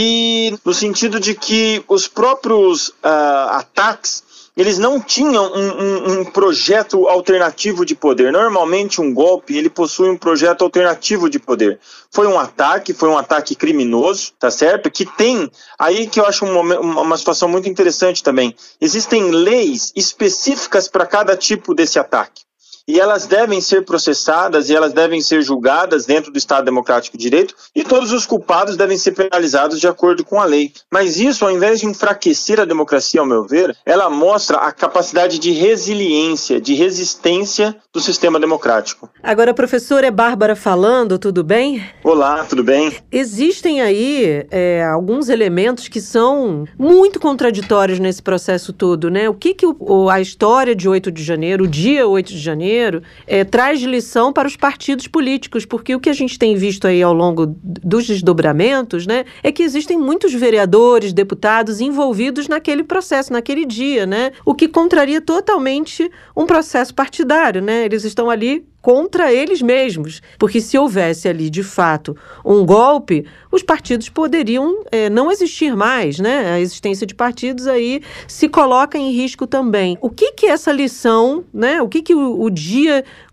e no sentido de que os próprios ataques, eles não tinham um projeto alternativo de poder. Normalmente um golpe, ele possui um projeto alternativo de poder. Foi um ataque criminoso, tá certo? Que tem, aí que eu acho uma situação muito interessante também. Existem leis específicas para cada tipo desse ataque. E elas devem ser processadas e elas devem ser julgadas dentro do Estado Democrático de Direito e todos os culpados devem ser penalizados de acordo com a lei. Mas isso, ao invés de enfraquecer a democracia, ao meu ver, ela mostra a capacidade de resiliência, de resistência do sistema democrático. Agora, professor, é Bárbara falando, tudo bem? Olá, tudo bem? Existem aí alguns elementos que são muito contraditórios nesse processo todo, né? O que a história de 8 de janeiro, o dia 8 de janeiro, traz de lição para os partidos políticos, porque o que a gente tem visto aí ao longo dos desdobramentos, né, é que existem muitos vereadores, deputados envolvidos naquele processo, naquele dia, né, o que contraria totalmente um processo partidário, né, eles estão ali contra eles mesmos, porque se houvesse ali, de fato, um golpe, os partidos poderiam não existir mais, né? A existência de partidos aí se coloca em risco também. O que essa lição, né? O que o dia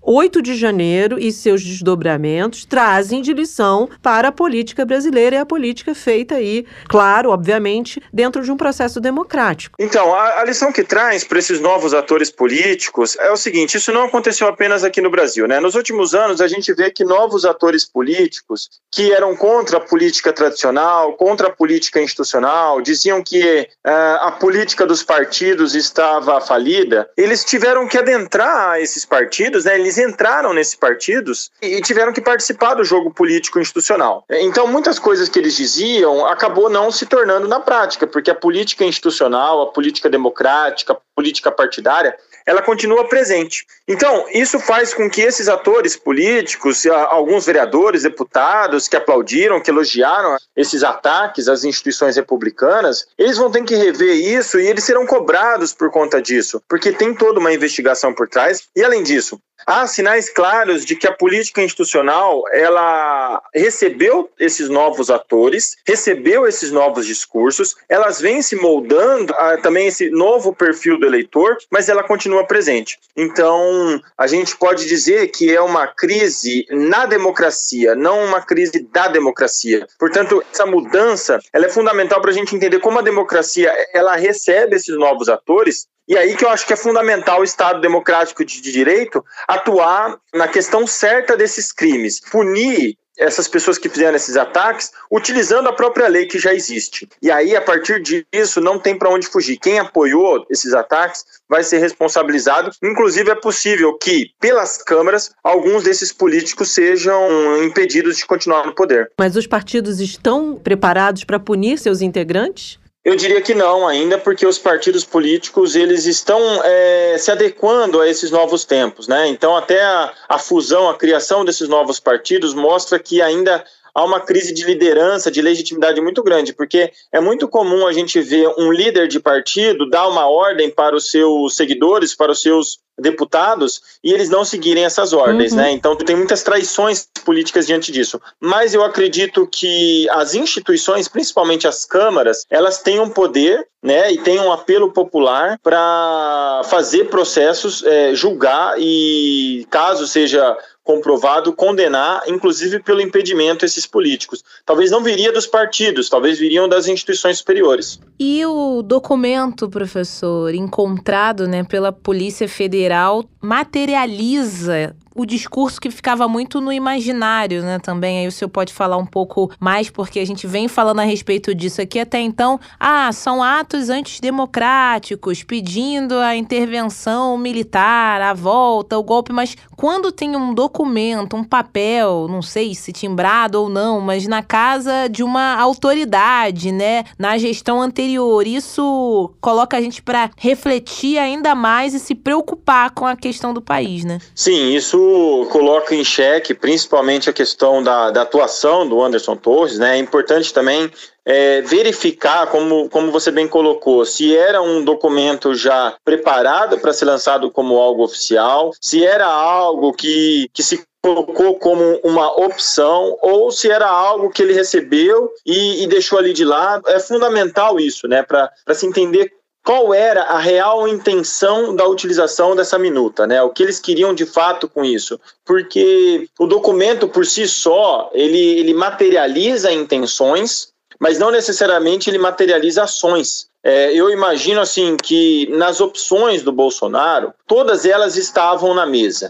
8 de janeiro e seus desdobramentos trazem de lição para a política brasileira e a política feita aí, claro, obviamente, dentro de um processo democrático. Então, a lição que traz para esses novos atores políticos é o seguinte: isso não aconteceu apenas aqui no Brasil, né? Nos últimos anos, a gente vê que novos atores políticos que eram contra a política tradicional, contra a política institucional, diziam que a política dos partidos estava falida, eles tiveram que adentrar esses partidos, né? Eles entraram nesses partidos e tiveram que participar do jogo político institucional. Então, muitas coisas que eles diziam acabou não se tornando na prática, porque a política institucional, a política democrática, a política partidária, ela continua presente. Então, isso faz com que esses atores políticos, alguns vereadores, deputados que aplaudiram, que elogiaram esses ataques às instituições republicanas, eles vão ter que rever isso e eles serão cobrados por conta disso, porque tem toda uma investigação por trás. E, além disso, há sinais claros de que a política institucional, ela recebeu esses novos atores, recebeu esses novos discursos, elas vêm se moldando também esse novo perfil do eleitor, mas ela continua presente. Então, a gente pode dizer que é uma crise na democracia, não uma crise da democracia. Portanto, essa mudança, ela é fundamental para a gente entender como a democracia, ela recebe esses novos atores. E aí que eu acho que é fundamental o Estado democrático de direito atuar na questão certa desses crimes, punir essas pessoas que fizeram esses ataques utilizando a própria lei que já existe. E aí, a partir disso, não tem para onde fugir. Quem apoiou esses ataques vai ser responsabilizado. Inclusive, é possível que, pelas câmaras, alguns desses políticos sejam impedidos de continuar no poder. Mas os partidos estão preparados para punir seus integrantes? Eu diria que não ainda, porque os partidos políticos eles estão se adequando a esses novos tempos, né? Então até a fusão, a criação desses novos partidos mostra que ainda há uma crise de liderança, de legitimidade muito grande, porque é muito comum a gente ver um líder de partido dar uma ordem para os seus seguidores, para os seus deputados, e eles não seguirem essas ordens, né? Então tem muitas traições políticas diante disso. Mas eu acredito que as instituições, principalmente as câmaras, elas têm um poder, né, e têm um apelo popular para fazer processos, julgar e, caso seja comprovado, condenar, inclusive pelo impedimento esses políticos. Talvez não viria dos partidos, talvez viriam das instituições superiores. E o documento, professor, encontrado, né, pela Polícia Federal, materializa o discurso que ficava muito no imaginário, né, também. Aí o senhor pode falar um pouco mais, porque a gente vem falando a respeito disso aqui até então. São atos antidemocráticos, pedindo a intervenção militar, a volta, o golpe, mas quando tem um documento, um papel, não sei se timbrado ou não, mas na casa de uma autoridade, né, na gestão anterior, isso coloca a gente para refletir ainda mais e se preocupar com a questão do país, né? Sim, isso coloca em xeque principalmente a questão da atuação do Anderson Torres, né? É importante também verificar, como você bem colocou, se era um documento já preparado para ser lançado como algo oficial, se era algo que se colocou como uma opção, ou se era algo que ele recebeu e deixou ali de lado. É fundamental isso, né? Para se entender qual era a real intenção da utilização dessa minuta, né? O que eles queriam de fato com isso. Porque o documento por si só, ele materializa intenções, mas não necessariamente ele materializa ações. Eu imagino assim que nas opções do Bolsonaro, todas elas estavam na mesa.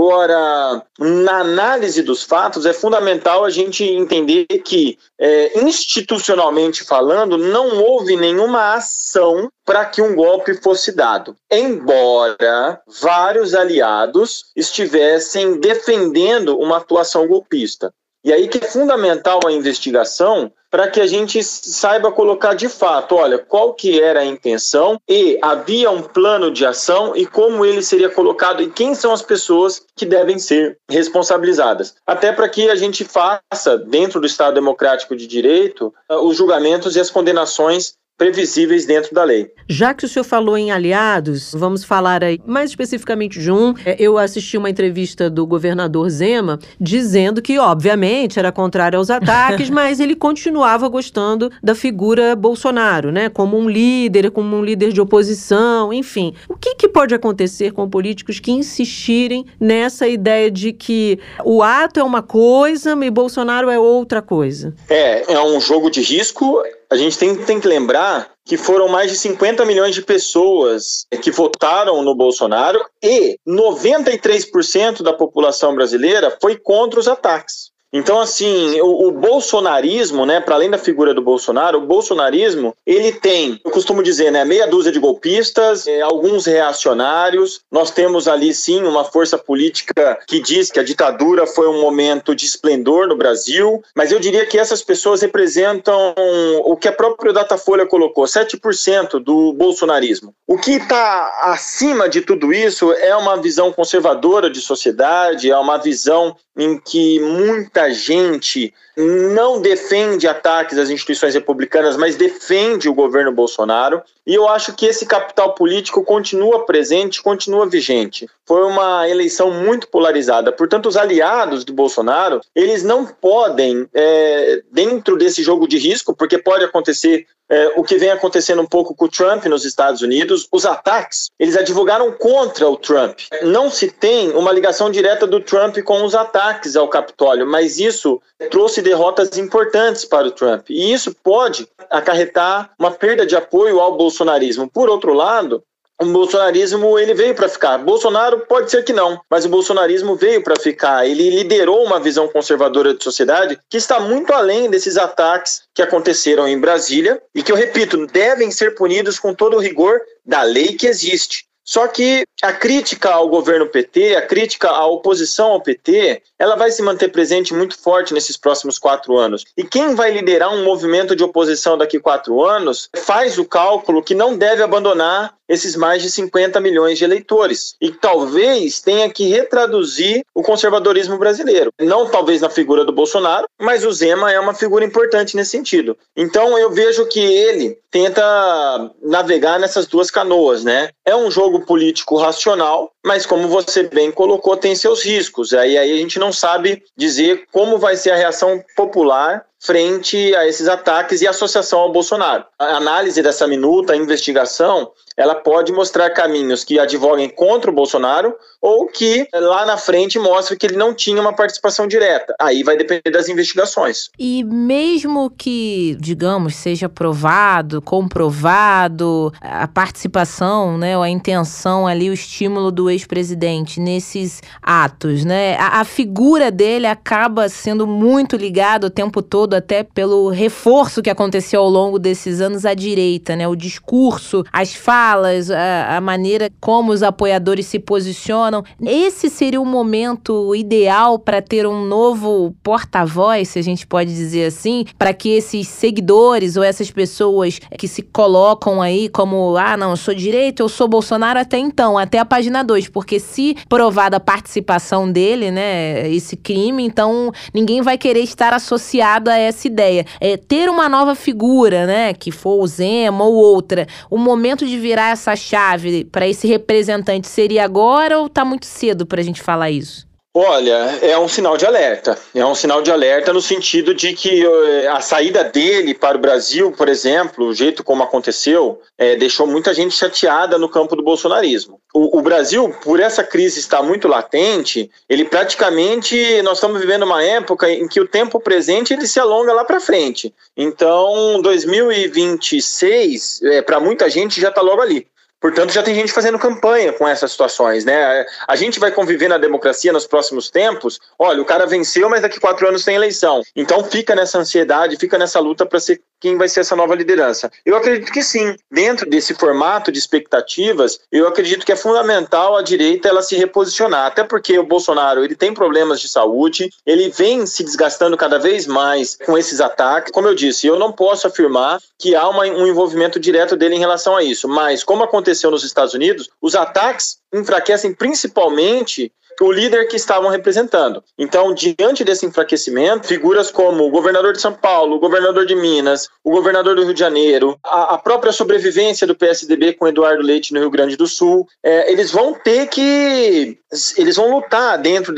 Agora, na análise dos fatos, é fundamental a gente entender que, institucionalmente falando, não houve nenhuma ação para que um golpe fosse dado. Embora vários aliados estivessem defendendo uma atuação golpista. E aí que é fundamental a investigação para que a gente saiba colocar de fato, olha, qual que era a intenção e havia um plano de ação e como ele seria colocado e quem são as pessoas que devem ser responsabilizadas. Até para que a gente faça, dentro do Estado Democrático de Direito, os julgamentos e as condenações previsíveis dentro da lei. Já que o senhor falou em aliados, vamos falar aí mais especificamente de um. Eu assisti uma entrevista do governador Zema dizendo que, obviamente, era contrário aos ataques, mas ele continuava gostando da figura Bolsonaro, né? Como um líder de oposição, enfim. O que pode acontecer com políticos que insistirem nessa ideia de que o ato é uma coisa e Bolsonaro é outra coisa? É um jogo de risco. A gente tem que lembrar que foram mais de 50 milhões de pessoas que votaram no Bolsonaro e 93% da população brasileira foi contra os ataques. Então, assim, o bolsonarismo, né, para além da figura do Bolsonaro, o bolsonarismo, ele tem, eu costumo dizer, né, meia dúzia de golpistas, alguns reacionários. Nós temos ali, sim, uma força política que diz que a ditadura foi um momento de esplendor no Brasil, mas eu diria que essas pessoas representam o que a própria Datafolha colocou, 7% do bolsonarismo. O que está acima de tudo isso é uma visão conservadora de sociedade, é uma visão em que muita gente não defende ataques às instituições republicanas, mas defende o governo Bolsonaro. E eu acho que esse capital político continua presente, continua vigente. Foi uma eleição muito polarizada. Portanto, os aliados do Bolsonaro, eles não podem, dentro desse jogo de risco, porque pode acontecer o que vem acontecendo um pouco com o Trump nos Estados Unidos, os ataques, eles advogaram contra o Trump. Não se tem uma ligação direta do Trump com os ataques ao Capitólio, mas isso trouxe derrotas importantes para o Trump. E isso pode acarretar uma perda de apoio ao bolsonarismo. Por outro lado, o bolsonarismo, ele veio para ficar. Bolsonaro pode ser que não, mas o bolsonarismo veio para ficar. Ele liderou uma visão conservadora de sociedade que está muito além desses ataques que aconteceram em Brasília e que, eu repito, devem ser punidos com todo o rigor da lei que existe. Só que a crítica ao governo PT, a crítica à oposição ao PT, ela vai se manter presente muito forte nesses próximos 4 anos. E quem vai liderar um movimento de oposição daqui a 4 anos faz o cálculo que não deve abandonar esses mais de 50 milhões de eleitores. E talvez tenha que retraduzir o conservadorismo brasileiro. Não talvez na figura do Bolsonaro, mas o Zema é uma figura importante nesse sentido. Então eu vejo que ele tenta navegar nessas duas canoas, né? É um jogo político racional, mas como você bem colocou, tem seus riscos. Aí a gente não sabe dizer como vai ser a reação popular frente a esses ataques e associação ao Bolsonaro. A análise dessa minuta, a investigação, ela pode mostrar caminhos que advoguem contra o Bolsonaro ou que lá na frente mostre que ele não tinha uma participação direta. Aí vai depender das investigações. E mesmo que, digamos, seja provado, comprovado a participação, né, ou a intenção ali, o estímulo do ex-presidente nesses atos, né, a figura dele acaba sendo muito ligada o tempo todo, até pelo reforço que aconteceu ao longo desses anos à direita, né, o discurso, as falas, a maneira como os apoiadores se posicionam. Esse seria o momento ideal para ter um novo porta-voz, se a gente pode dizer assim, para que esses seguidores ou essas pessoas que se colocam aí como, não, eu sou direita, eu sou Bolsonaro até então, até a página 2, porque se provada a participação dele, né, esse crime, então ninguém vai querer estar associado a essa ideia. Ter uma nova figura, né, que for o Zema ou outra, o momento de virar essa chave para esse representante seria agora ou tá muito cedo pra gente falar isso? Olha, é um sinal de alerta. É um sinal de alerta no sentido de que a saída dele para o Brasil, por exemplo, o jeito como aconteceu, deixou muita gente chateada no campo do bolsonarismo. O Brasil, por essa crise estar muito latente, ele praticamente, nós estamos vivendo uma época em que o tempo presente ele se alonga lá para frente. Então, 2026, para muita gente, já está logo ali. Portanto, já tem gente fazendo campanha com essas situações, né? A gente vai conviver na democracia nos próximos tempos. Olha, o cara venceu, mas daqui 4 anos tem eleição. Então fica nessa ansiedade, fica nessa luta para ser quem vai ser essa nova liderança. Eu acredito que sim. Dentro desse formato de expectativas, eu acredito que é fundamental a direita ela se reposicionar. Até porque o Bolsonaro ele tem problemas de saúde, ele vem se desgastando cada vez mais com esses ataques. Como eu disse, eu não posso afirmar que há um envolvimento direto dele em relação a isso. Mas, como aconteceu nos Estados Unidos, os ataques enfraquecem principalmente o líder que estavam representando. Então, diante desse enfraquecimento, figuras como o governador de São Paulo, o governador de Minas, o governador do Rio de Janeiro, a própria sobrevivência do PSDB com Eduardo Leite no Rio Grande do Sul, eles vão lutar dentro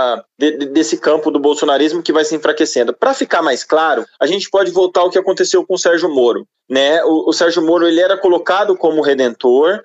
desse campo do bolsonarismo que vai se enfraquecendo. Para ficar mais claro, a gente pode voltar ao que aconteceu com o Sérgio Moro, né? O Sérgio Moro, ele era colocado como redentor,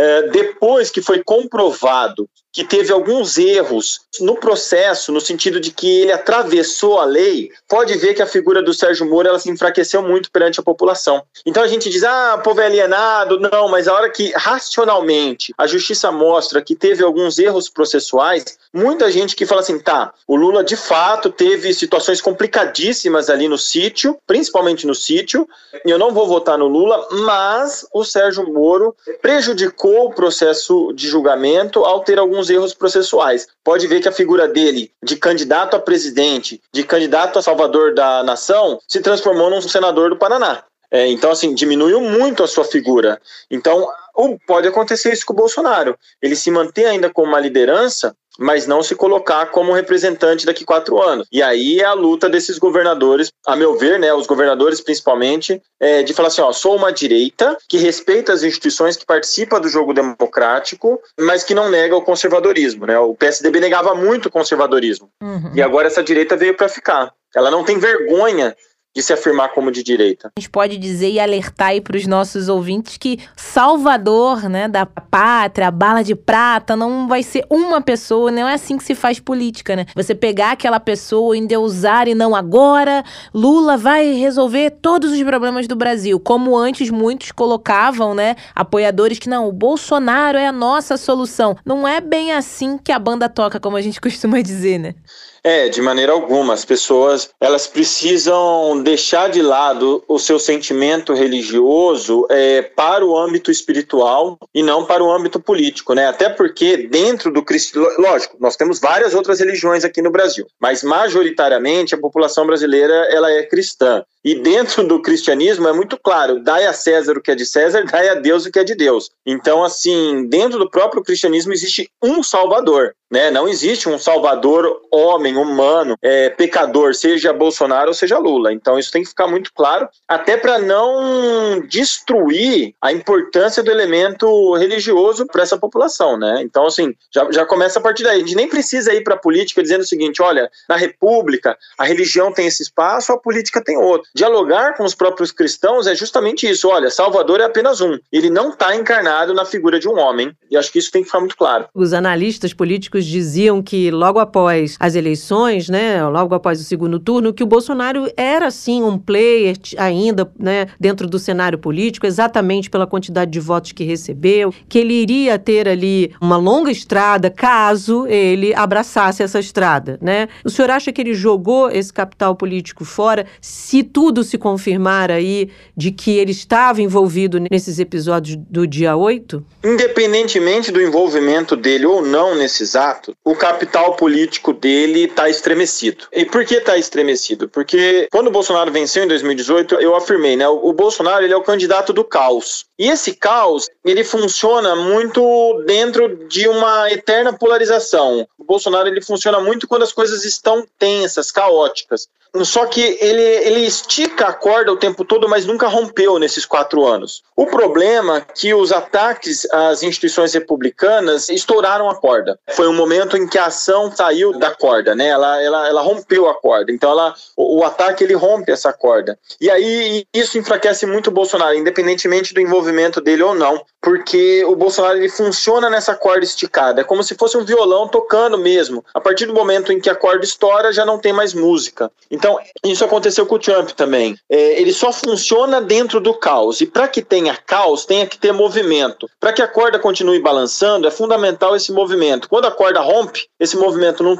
depois que foi comprovado que teve alguns erros no processo, no sentido de que ele atravessou a lei, pode ver que a figura do Sérgio Moro ela se enfraqueceu muito perante a população. Então a gente diz, o povo é alienado, não, mas a hora que racionalmente a justiça mostra que teve alguns erros processuais, muita gente que fala assim, o Lula de fato teve situações complicadíssimas ali no sítio, principalmente no sítio, e eu não vou votar no Lula, mas o Sérgio Moro prejudicou o processo de julgamento ao ter alguns erros processuais. Pode ver que a figura dele, de candidato a presidente, de candidato a salvador da nação, se transformou num senador do Paraná. Então, assim, diminuiu muito a sua figura. Então, pode acontecer isso com o Bolsonaro. Ele se manter ainda como uma liderança, mas não se colocar como representante daqui 4 anos. E aí é a luta desses governadores, a meu ver, né, os governadores principalmente, de falar assim, sou uma direita que respeita as instituições, que participa do jogo democrático, mas que não nega o conservadorismo, né? O PSDB negava muito o conservadorismo. E agora essa direita veio para ficar. Ela não tem vergonha de se afirmar como de direita. A gente pode dizer e alertar aí para os nossos ouvintes que salvador, né, da pátria, a bala de prata, não vai ser uma pessoa, não é assim que se faz política, né? Você pegar aquela pessoa, endeusar e não agora, Lula vai resolver todos os problemas do Brasil, como antes muitos colocavam, né, apoiadores que não, o Bolsonaro é a nossa solução. Não é bem assim que a banda toca, como a gente costuma dizer, né? De maneira alguma. As pessoas, elas precisam deixar de lado o seu sentimento religioso para o âmbito espiritual e não para o âmbito político, né? Até porque dentro do cristianismo, lógico, nós temos várias outras religiões aqui no Brasil, mas majoritariamente a população brasileira ela é cristã. E dentro do cristianismo é muito claro, dai a César o que é de César, dai a Deus o que é de Deus. Então, assim, dentro do próprio cristianismo existe um Salvador, né? Não existe um Salvador homem, humano, pecador, seja Bolsonaro ou seja Lula. Então isso tem que ficar muito claro, até para não destruir a importância do elemento religioso para essa população, né? Então, assim, já começa a partir daí. A gente nem precisa ir para a política dizendo o seguinte, olha, na República a religião tem esse espaço, a política tem outro. Dialogar com os próprios cristãos é justamente isso. Olha, Salvador é apenas um. Ele não está encarnado na figura de um homem. E acho que isso tem que ficar muito claro. Os analistas políticos diziam que logo após as eleições, né, logo após o segundo turno, que o Bolsonaro era, sim, um player ainda, né, dentro do cenário político, exatamente pela quantidade de votos que recebeu, que ele iria ter ali uma longa estrada caso ele abraçasse essa estrada, né? O senhor acha que ele jogou esse capital político fora, se tudo se confirmar aí de que ele estava envolvido nesses episódios do dia 8? Independentemente do envolvimento dele ou não nesses atos, o capital político dele está estremecido. E por que está estremecido? Porque quando o Bolsonaro venceu em 2018, eu afirmei, né? O Bolsonaro ele é o candidato do caos. E esse caos, ele funciona muito dentro de uma eterna polarização. O Bolsonaro ele funciona muito quando as coisas estão tensas, caóticas. Só que ele estica a corda o tempo todo, mas nunca rompeu nesses 4 anos. O problema é que os ataques às instituições republicanas estouraram a corda. Foi um momento em que a ação saiu da corda, né? Ela rompeu a corda. Então o ataque ele rompe essa corda. E aí isso enfraquece muito o Bolsonaro, independentemente do envolvimento dele ou não. Porque o Bolsonaro ele funciona nessa corda esticada. É como se fosse um violão tocando mesmo. A partir do momento em que a corda estoura, já não tem mais música. Então, isso aconteceu com o Trump também. Ele só funciona dentro do caos. E para que tenha caos, tem que ter movimento. Para que a corda continue balançando, é fundamental esse movimento. Quando a corda rompe, esse movimento não tem.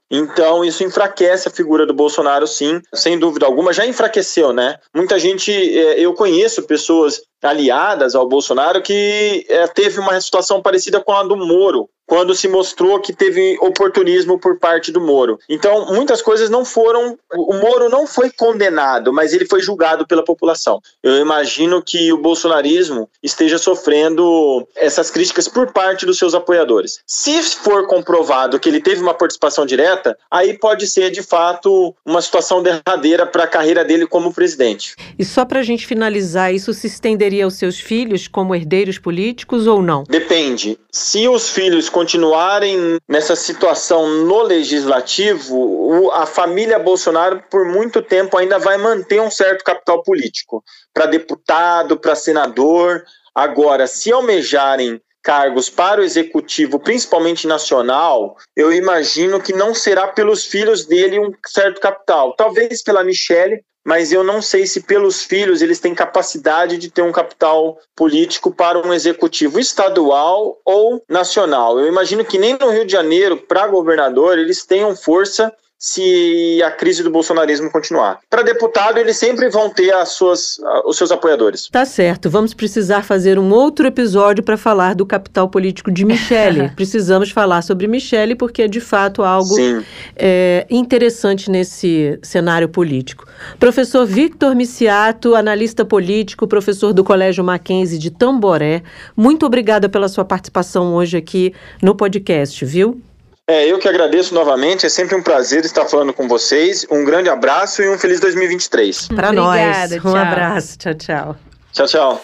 Então, isso enfraquece a figura do Bolsonaro, sim, sem dúvida alguma. Já enfraqueceu, né? Muita gente, eu conheço pessoas aliadas ao Bolsonaro que teve uma situação parecida com a do Moro, quando se mostrou que teve oportunismo por parte do Moro. Então, muitas coisas não foram... O Moro não foi condenado, mas ele foi julgado pela população. Eu imagino que o bolsonarismo esteja sofrendo essas críticas por parte dos seus apoiadores. Se for comprovado que ele teve uma participação direta, aí pode ser, de fato, uma situação derradeira para a carreira dele como presidente. E só para a gente finalizar, isso se estenderia aos seus filhos como herdeiros políticos ou não? Depende. Se os filhos continuarem nessa situação no legislativo, a família Bolsonaro, por muito tempo, ainda vai manter um certo capital político. Para deputado, para senador. Agora, se almejarem cargos para o executivo, principalmente nacional, eu imagino que não será pelos filhos dele um certo capital. Talvez pela Michelle, mas eu não sei se pelos filhos eles têm capacidade de ter um capital político para um executivo estadual ou nacional. Eu imagino que nem no Rio de Janeiro, para governador, eles tenham força se a crise do bolsonarismo continuar. Para deputado, eles sempre vão ter os seus apoiadores. Tá certo. Vamos precisar fazer um outro episódio para falar do capital político de Michelle. Precisamos falar sobre Michelle porque é, de fato, algo interessante nesse cenário político. Professor Victor Miciato, analista político, professor do Colégio Mackenzie de Tamboré, muito obrigada pela sua participação hoje aqui no podcast, viu? Eu que agradeço novamente, é sempre um prazer estar falando com vocês. Um grande abraço e um feliz 2023. Para nós. Um abraço. Tchau, tchau. Tchau, tchau.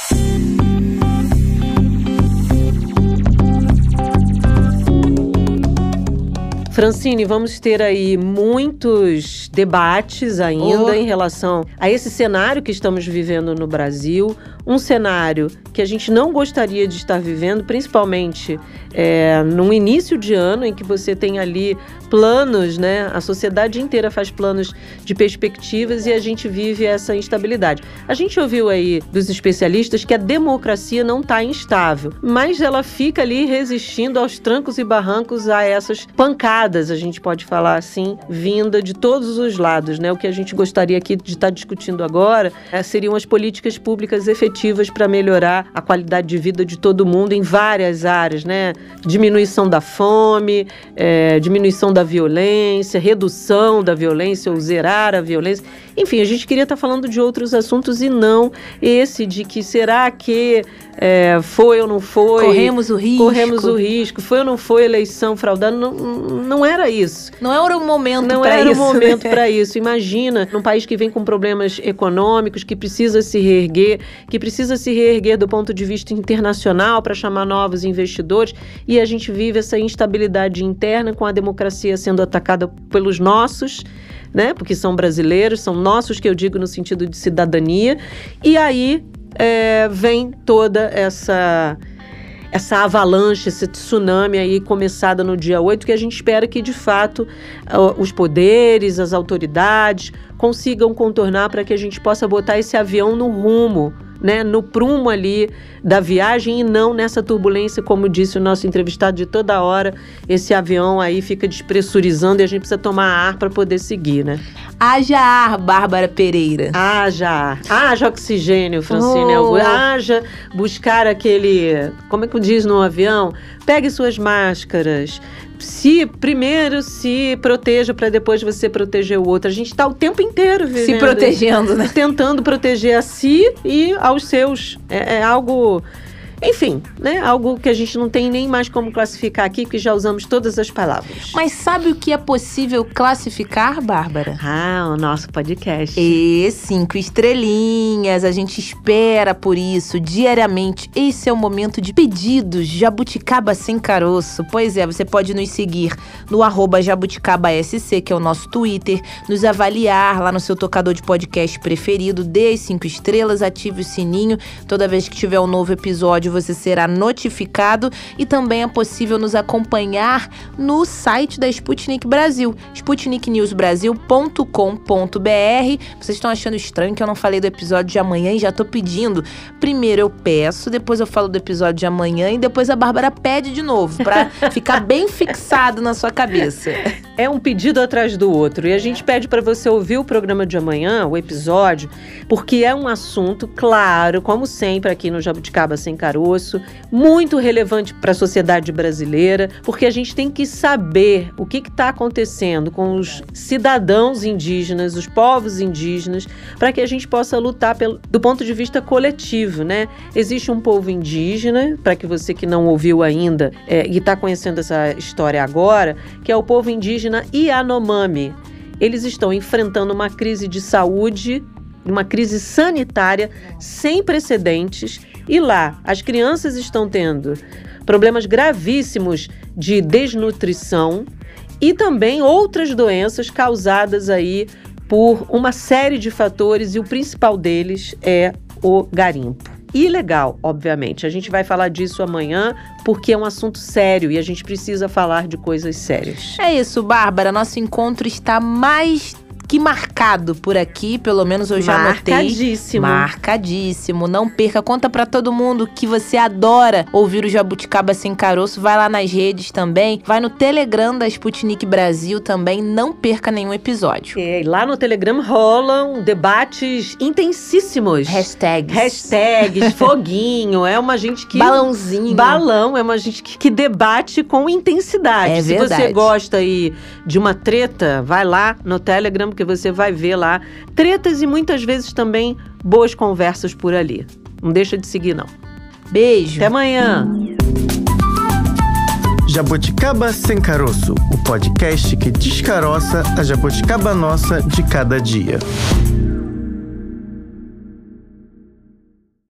Francine, vamos ter aí muitos debates ainda em relação a esse cenário que estamos vivendo no Brasil. Um cenário que a gente não gostaria de estar vivendo, principalmente num início de ano em que você tem ali planos, né? A sociedade inteira faz planos de perspectivas e a gente vive essa instabilidade. A gente ouviu aí dos especialistas que a democracia não está instável, mas ela fica ali resistindo aos trancos e barrancos a essas pancadas, a gente pode falar assim, vinda de todos os lados, né? O que a gente gostaria aqui de estar discutindo agora seriam as políticas públicas efetivas para melhorar a qualidade de vida de todo mundo em várias áreas, né? Diminuição da fome, diminuição da violência, redução da violência ou zerar a violência. Enfim, a gente queria estar falando de outros assuntos e não esse de que será que foi ou não foi. Corremos o risco. Foi ou não foi eleição fraudada. Não era isso. Não era o momento para isso. Não era o momento para isso. Imagina, num país que vem com problemas econômicos, que precisa se reerguer do ponto de vista internacional para chamar novos investidores, e a gente vive essa instabilidade interna com a democracia sendo atacada pelos nossos, né? Porque são brasileiros, são nossos, que eu digo no sentido de cidadania, e aí vem toda essa avalanche, esse tsunami aí começada no dia 8, que a gente espera que, de fato, os poderes, as autoridades consigam contornar para que a gente possa botar esse avião no rumo, né, no prumo ali da viagem e não nessa turbulência, como disse o nosso entrevistado, de toda hora esse avião aí fica despressurizando e a gente precisa tomar ar para poder seguir, né? Haja ar, Bárbara Pereira. Haja ar. Haja oxigênio, Francine. Haja buscar aquele... Como é que diz no avião? Pegue suas máscaras. Primeiro se proteja para depois você proteger o outro. A gente está o tempo inteiro vivendo, se protegendo, né? Tentando proteger a si e aos seus. É algo... Enfim, né? Algo que a gente não tem nem mais como classificar aqui, porque já usamos todas as palavras. Mas sabe o que é possível classificar, Bárbara? O nosso podcast. 5 estrelinhas, a gente espera por isso diariamente. Esse é o momento de pedidos Jabuticaba Sem Caroço. Pois é, você pode nos seguir no @JabuticabaSC, que é o nosso Twitter, nos avaliar lá no seu tocador de podcast preferido, dê as 5 estrelas, ative o sininho. Toda vez que tiver um novo episódio, você será notificado, e também é possível nos acompanhar no site da Sputnik Brasil, sputniknewsbrasil.com.br. Vocês estão achando estranho que eu não falei do episódio de amanhã e já tô pedindo? Primeiro eu peço, depois eu falo do episódio de amanhã e depois a Bárbara pede de novo, pra ficar bem fixado na sua cabeça. É um pedido atrás do outro, e a gente pede para você ouvir o programa de amanhã, o episódio, porque é um assunto, claro, como sempre aqui no Jabuticaba Sem Caroço, muito relevante para a sociedade brasileira, porque a gente tem que saber o que está acontecendo com os cidadãos indígenas, os povos indígenas, para que a gente possa lutar do ponto de vista coletivo, né? Existe um povo indígena, para que você que não ouviu ainda e está conhecendo essa história agora, que é o povo indígena Yanomami. Eles estão enfrentando uma crise de saúde, uma crise sanitária sem precedentes, e lá as crianças estão tendo problemas gravíssimos de desnutrição e também outras doenças causadas aí por uma série de fatores, e o principal deles é o garimpo. Ilegal, obviamente. A gente vai falar disso amanhã, porque é um assunto sério e a gente precisa falar de coisas sérias. É isso, Bárbara. Nosso encontro está mais que marcado por aqui, pelo menos eu já anotei. Marcadíssimo. Marcadíssimo. Não perca, conta pra todo mundo que você adora ouvir o Jabuticaba Sem Caroço. Vai lá nas redes também, vai no Telegram da Sputnik Brasil também, não perca nenhum episódio. E lá no Telegram rolam debates intensíssimos. Hashtags, foguinho, é uma gente que... Balãozinho. Balão, é uma gente que debate com intensidade. É verdade. Se você gosta aí de uma treta, vai lá no Telegram, porque você vai ver lá tretas e muitas vezes também boas conversas por ali. Não deixa de seguir, não. Beijo. Até amanhã. Jabuticaba Sem Caroço, o podcast que descaroça a jabuticaba nossa de cada dia.